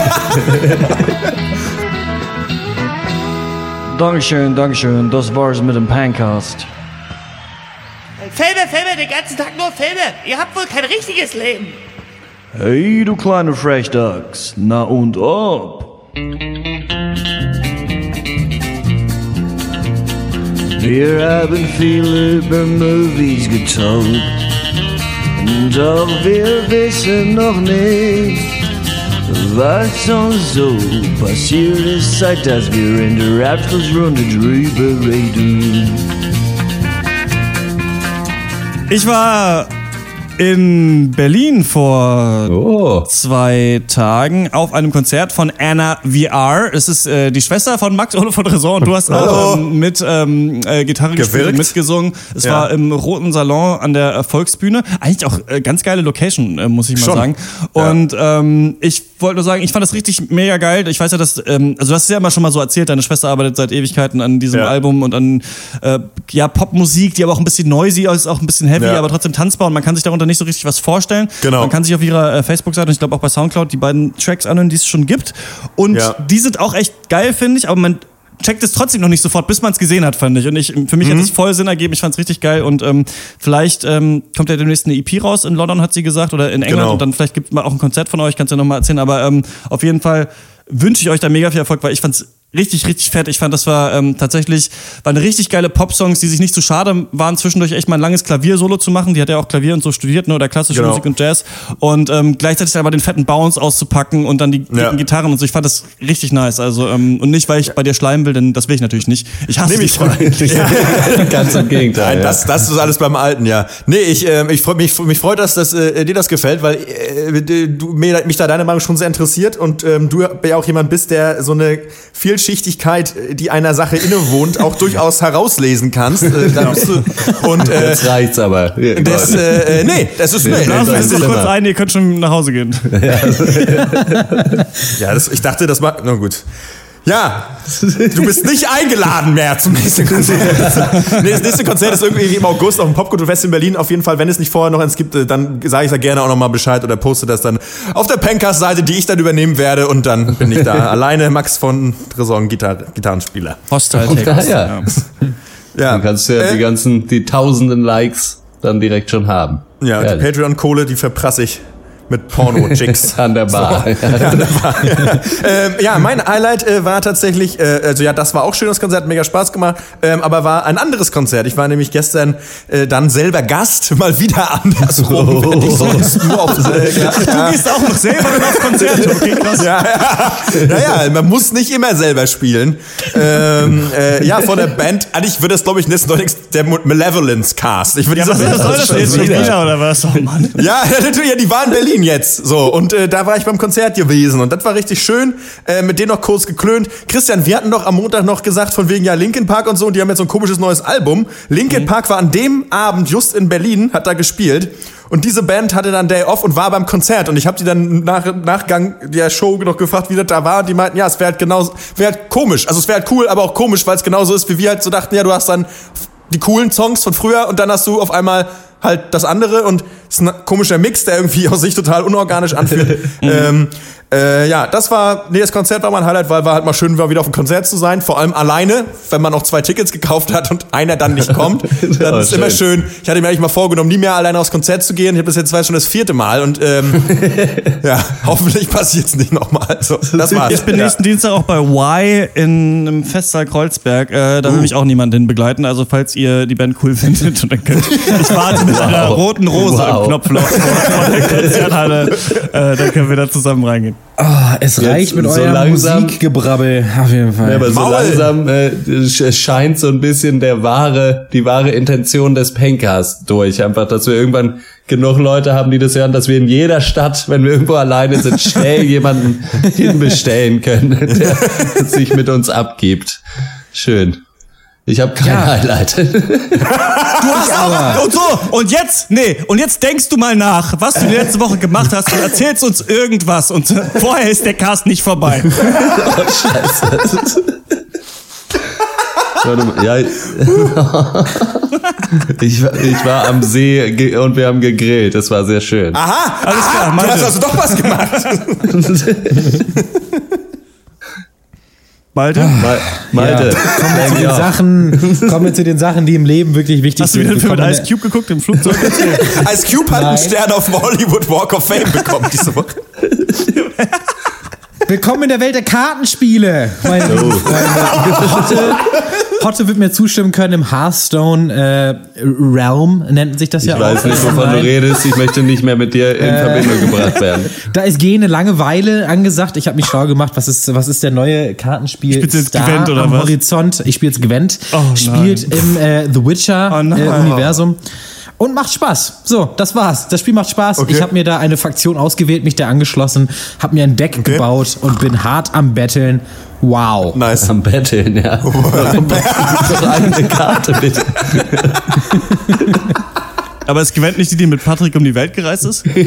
Speaker 8: Dankeschön, Dankeschön. Das war's mit dem Pancast.
Speaker 9: Filme, Filme, den ganzen Tag nur Filme. Ihr habt wohl kein richtiges Leben.
Speaker 8: Hey, du kleine Frechdachs. Na und ob? Wir haben viel über Movies getalkt, doch wir wissen noch nicht, was uns so passiert ist, seit dass wir in der Abschlussrunde drüber reden.
Speaker 1: Ich war in Berlin vor
Speaker 2: Oh.
Speaker 1: zwei Tagen auf einem Konzert von Anna V R. Es ist äh, die Schwester von Max Ole von Tresor und du hast auch ähm, mit ähm, äh, Gitarre gespielt und mitgesungen. Es
Speaker 3: Ja.
Speaker 1: war im Roten Salon an der Volksbühne. Eigentlich auch äh, ganz geile Location, äh, muss ich mal
Speaker 3: Schon.
Speaker 1: sagen. Und ähm, ich wollte nur sagen, ich fand das richtig mega geil. Ich weiß ja, dass, ähm, also du hast es ja immer schon mal so erzählt, deine Schwester arbeitet seit Ewigkeiten an diesem
Speaker 3: Ja.
Speaker 1: Album und an äh, ja, Popmusik, die aber auch ein bisschen noisy ist, auch ein bisschen heavy,
Speaker 3: Ja.
Speaker 1: aber trotzdem tanzbar und man kann sich darunter nicht so richtig was vorstellen.
Speaker 3: Genau.
Speaker 1: Man kann sich auf ihrer äh, Facebook-Seite und ich glaube auch bei Soundcloud die beiden Tracks anhören, die es schon gibt. Und
Speaker 3: Ja.
Speaker 1: die sind auch echt geil, finde ich, aber man checkt es trotzdem noch nicht sofort, bis man es gesehen hat, fand ich. Und ich, für mich
Speaker 3: Mhm.
Speaker 1: hat es voll Sinn ergeben, ich fand es richtig geil und ähm, vielleicht ähm, kommt ja demnächst eine E P raus in London, hat sie gesagt, oder in England
Speaker 3: Genau.
Speaker 1: und dann vielleicht gibt es mal auch ein Konzert von euch, kannst du ja nochmal erzählen, aber ähm, auf jeden Fall wünsche ich euch da mega viel Erfolg, weil ich fand's richtig, richtig fett. Ich fand, das war ähm, tatsächlich, waren richtig geile Pop-Songs, die sich nicht zu schade waren, zwischendurch echt mal ein langes Klavier-Solo zu machen. Die hat ja auch Klavier und so studiert, ne, oder klassische
Speaker 3: Genau.
Speaker 1: Musik und Jazz. Und ähm, gleichzeitig aber den fetten Bounce auszupacken und dann die
Speaker 3: Ja.
Speaker 1: dicken Gitarren und so. Ich fand das richtig nice. Also, ähm, und nicht, weil ich bei dir schleimen will, denn das will ich natürlich nicht. Ich hasse
Speaker 3: Nee,
Speaker 1: dich.
Speaker 3: mich
Speaker 2: Ja. Ganz im Gegenteil.
Speaker 3: Nein,
Speaker 2: ja.
Speaker 3: das, das ist alles beim Alten, ja. Nee, ich, ähm, ich freu, mich, mich freut, dass das, äh, dir das gefällt, weil äh, du, mir, mich da deine Meinung schon sehr interessiert und ähm, du ja auch jemand bist, der so eine Vielschichtigkeit, die einer Sache innewohnt, auch durchaus herauslesen kannst. Äh, da bist du, und äh,
Speaker 2: Jetzt reicht's aber.
Speaker 3: das, äh, nee, das ist, nee,
Speaker 1: Blasen wir
Speaker 3: das
Speaker 1: uns
Speaker 3: ist
Speaker 1: noch kurz ein, ihr könnt schon nach Hause gehen.
Speaker 3: ja, das, ich dachte, das war, na gut. Ja, du bist nicht eingeladen mehr zum nächsten Konzert. Nee, das nächste Konzert ist irgendwie im August auf dem Popkulturfest in Berlin. Auf jeden Fall, wenn es nicht vorher noch eins gibt, dann sage ich da gerne auch nochmal Bescheid oder poste das dann auf der Pencast-Seite, die ich dann übernehmen werde. Und dann bin ich da alleine, Max von Tresor, Gitar Gitarrenspieler.
Speaker 1: Hostile-Takers.
Speaker 2: Ja.
Speaker 3: Ja,
Speaker 2: Dann kannst du ja
Speaker 3: äh,
Speaker 2: die ganzen, die tausenden Likes dann direkt schon haben.
Speaker 3: ja, die
Speaker 2: Ehrlich.
Speaker 3: Patreon-Kohle, die verprasse ich mit Porno-Chicks.
Speaker 2: An der Bar.
Speaker 3: So. Ja, an der Bar. ähm, ja, mein Highlight äh, war tatsächlich, äh, also ja, das war auch schön, das Konzert, hat mega Spaß gemacht, ähm, aber war ein anderes Konzert. Ich war nämlich gestern äh, dann selber Gast, mal wieder andersrum.
Speaker 2: Oh.
Speaker 3: Ich sonst nur auf, äh, ja,
Speaker 1: Du gehst auch noch selber auf Konzerte. Okay, krass.
Speaker 3: ja, ja. Naja, man muss nicht immer selber spielen. Ähm, äh, ja, von der Band, eigentlich würde das, glaube ich, nächsten der Malevolence Cast. Ich würde
Speaker 1: Ja,
Speaker 3: diese
Speaker 1: was
Speaker 3: Band-
Speaker 1: soll das denn jetzt schon wieder, oder was? Oh Mann.
Speaker 3: Ja, natürlich, ja, die waren in Berlin jetzt. So, und äh, da war ich beim Konzert gewesen und das war richtig schön. Äh, mit denen noch kurz geklönt. Christian, wir hatten doch am Montag noch gesagt, von wegen ja Linkin Park und so, und die haben jetzt so ein komisches neues Album. Linkin Park war an dem Abend just in Berlin, hat da gespielt. Und diese Band hatte dann Day Off und war beim Konzert. Und ich habe die dann nach Nachgang der Show noch gefragt, wie das da war. Und die meinten, ja, es wäre halt genau, wäre halt komisch. Also es wäre halt cool, aber auch komisch, weil es genauso ist, wie wir halt so dachten, ja, du hast dann die coolen Songs von früher und dann hast du auf einmal halt das andere und es ist ein komischer Mix, der irgendwie aus sich total unorganisch anfühlt. ähm, äh, ja, das war, nee, das Konzert war mein Highlight, weil war halt mal schön, war wieder auf dem Konzert zu sein, vor allem alleine, wenn man noch zwei Tickets gekauft hat und einer dann nicht kommt, dann
Speaker 2: Oh,
Speaker 3: ist immer schön. Ich hatte mir eigentlich mal vorgenommen, nie mehr alleine aufs Konzert zu gehen. Ich habe das jetzt schon das vierte Mal und ähm, ja, hoffentlich passiert es nicht nochmal. So, das war's.
Speaker 1: Ich bin
Speaker 3: ja.
Speaker 1: nächsten Dienstag auch bei Y in einem Festsaal Kreuzberg. Äh, da will mich auch niemand hin begleiten. Also falls ihr die Band cool findet, und dann könnt ich warte mit einer roten Rose
Speaker 2: Wow.
Speaker 1: im Knopfloch vor, vor der Konzerthalle. Äh, dann können wir da zusammen reingehen.
Speaker 4: Ah, es reicht
Speaker 2: Jetzt
Speaker 4: mit
Speaker 2: so
Speaker 4: eurem
Speaker 2: langsam-
Speaker 4: Musikgebrabbel. Auf jeden Fall.
Speaker 2: Ja, aber so
Speaker 3: Maul.
Speaker 2: langsam äh, es scheint so ein bisschen der wahre, die wahre Intention des Pencast durch. Einfach, dass wir irgendwann genug Leute haben, die das hören, dass wir in jeder Stadt, wenn wir irgendwo alleine sind, schnell jemanden hinbestellen können, der sich mit uns abgibt. Schön. Ich habe kein
Speaker 4: Ja.
Speaker 2: Highlight.
Speaker 1: Du hast aber. Und so, und jetzt, nee, und jetzt denkst du mal nach, was du die letzte Woche gemacht hast und erzählst uns irgendwas. Und vorher ist der Cast nicht vorbei.
Speaker 2: Oh, Scheiße. Warte mal, ja. Ich, war- ich war am See ge- und wir haben gegrillt. Das war sehr schön.
Speaker 3: Aha,
Speaker 1: Alles klar,
Speaker 3: aha, du
Speaker 1: Malte.
Speaker 3: hast also doch was gemacht.
Speaker 1: Malte?
Speaker 2: Mal, Malte,
Speaker 4: Kommen wir, zu den
Speaker 2: ja.
Speaker 4: Sachen, kommen wir zu den Sachen, die im Leben wirklich wichtig
Speaker 1: Hast du
Speaker 4: sind.
Speaker 1: wieder einen Film mit
Speaker 4: Kommen
Speaker 1: Ice Cube geguckt im Flugzeug?
Speaker 3: Ice Cube hat einen
Speaker 4: Nein.
Speaker 3: Stern auf dem Hollywood Walk of Fame bekommen diese Woche.
Speaker 4: Willkommen in der Welt der Kartenspiele, meine lieben Freunde. Hotte, Hotte wird mir zustimmen können im Hearthstone äh, Realm, nennt sich das ja
Speaker 2: Ich
Speaker 4: auch.
Speaker 2: weiß nicht, wovon du
Speaker 4: Nein.
Speaker 2: redest. Ich möchte nicht mehr mit dir in Verbindung gebracht werden.
Speaker 4: Da ist geh eine Langeweile angesagt. Ich habe mich schlau gemacht, was ist, was ist der neue Kartenspiel
Speaker 1: Spielst du jetzt
Speaker 4: Star
Speaker 1: Gwent oder
Speaker 4: am
Speaker 1: was?
Speaker 4: Horizont. Ich spiele jetzt Gwent.
Speaker 1: Oh, nein.
Speaker 4: Spielt im äh, The Witcher
Speaker 1: Oh, nein.
Speaker 4: äh, Universum. Und macht Spaß. So, das war's. Das Spiel macht Spaß.
Speaker 3: Okay.
Speaker 4: Ich habe mir da eine Faktion ausgewählt, mich da angeschlossen, habe mir ein Deck okay. gebaut und bin hart am Betteln. Wow.
Speaker 2: Nice. Am Betteln, ja. Oh. Doch eine Karte, bitte.
Speaker 1: Aber es gewinnt nicht die, die mit Patrick um die Welt gereist ist?
Speaker 3: Ich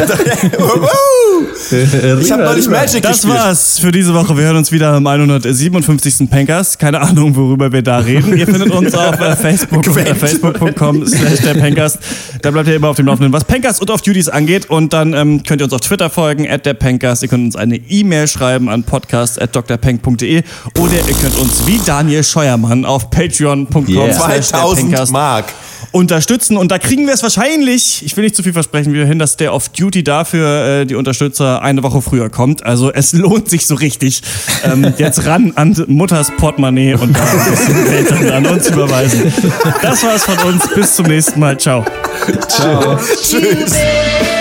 Speaker 3: habe neulich Magic
Speaker 1: Das
Speaker 3: gespielt.
Speaker 1: war's für diese Woche. Wir hören uns wieder am hundertsiebenundfünfzigsten Pencast. Keine Ahnung, worüber wir da reden. Ihr findet uns auf äh, Facebook, äh, facebook punkt com slash der Pencast. Da bleibt ihr immer auf dem Laufenden, was Pencast und auf Duties angeht. Und dann ähm, könnt ihr uns auf Twitter folgen, at der Pencast. Ihr könnt uns eine E-Mail schreiben an podcast at d r penk punkt d e oder ihr könnt uns wie Daniel Scheuermann auf patreon punkt com
Speaker 3: Yeah.
Speaker 1: slash der
Speaker 3: zweitausend
Speaker 1: Pencast
Speaker 3: Mark.
Speaker 1: unterstützen. Und da kriegen wir es wahrscheinlich, ich will nicht zu viel versprechen, wieder hin, dass der Off-Duty dafür äh, die Unterstützer eine Woche früher kommt. Also es lohnt sich so richtig. Ähm, jetzt ran an Mutters Portemonnaie und da ein bisschen Geld dann an uns überweisen. Das war's von uns. Bis zum nächsten Mal. Ciao.
Speaker 2: Ciao.
Speaker 3: Tschüss.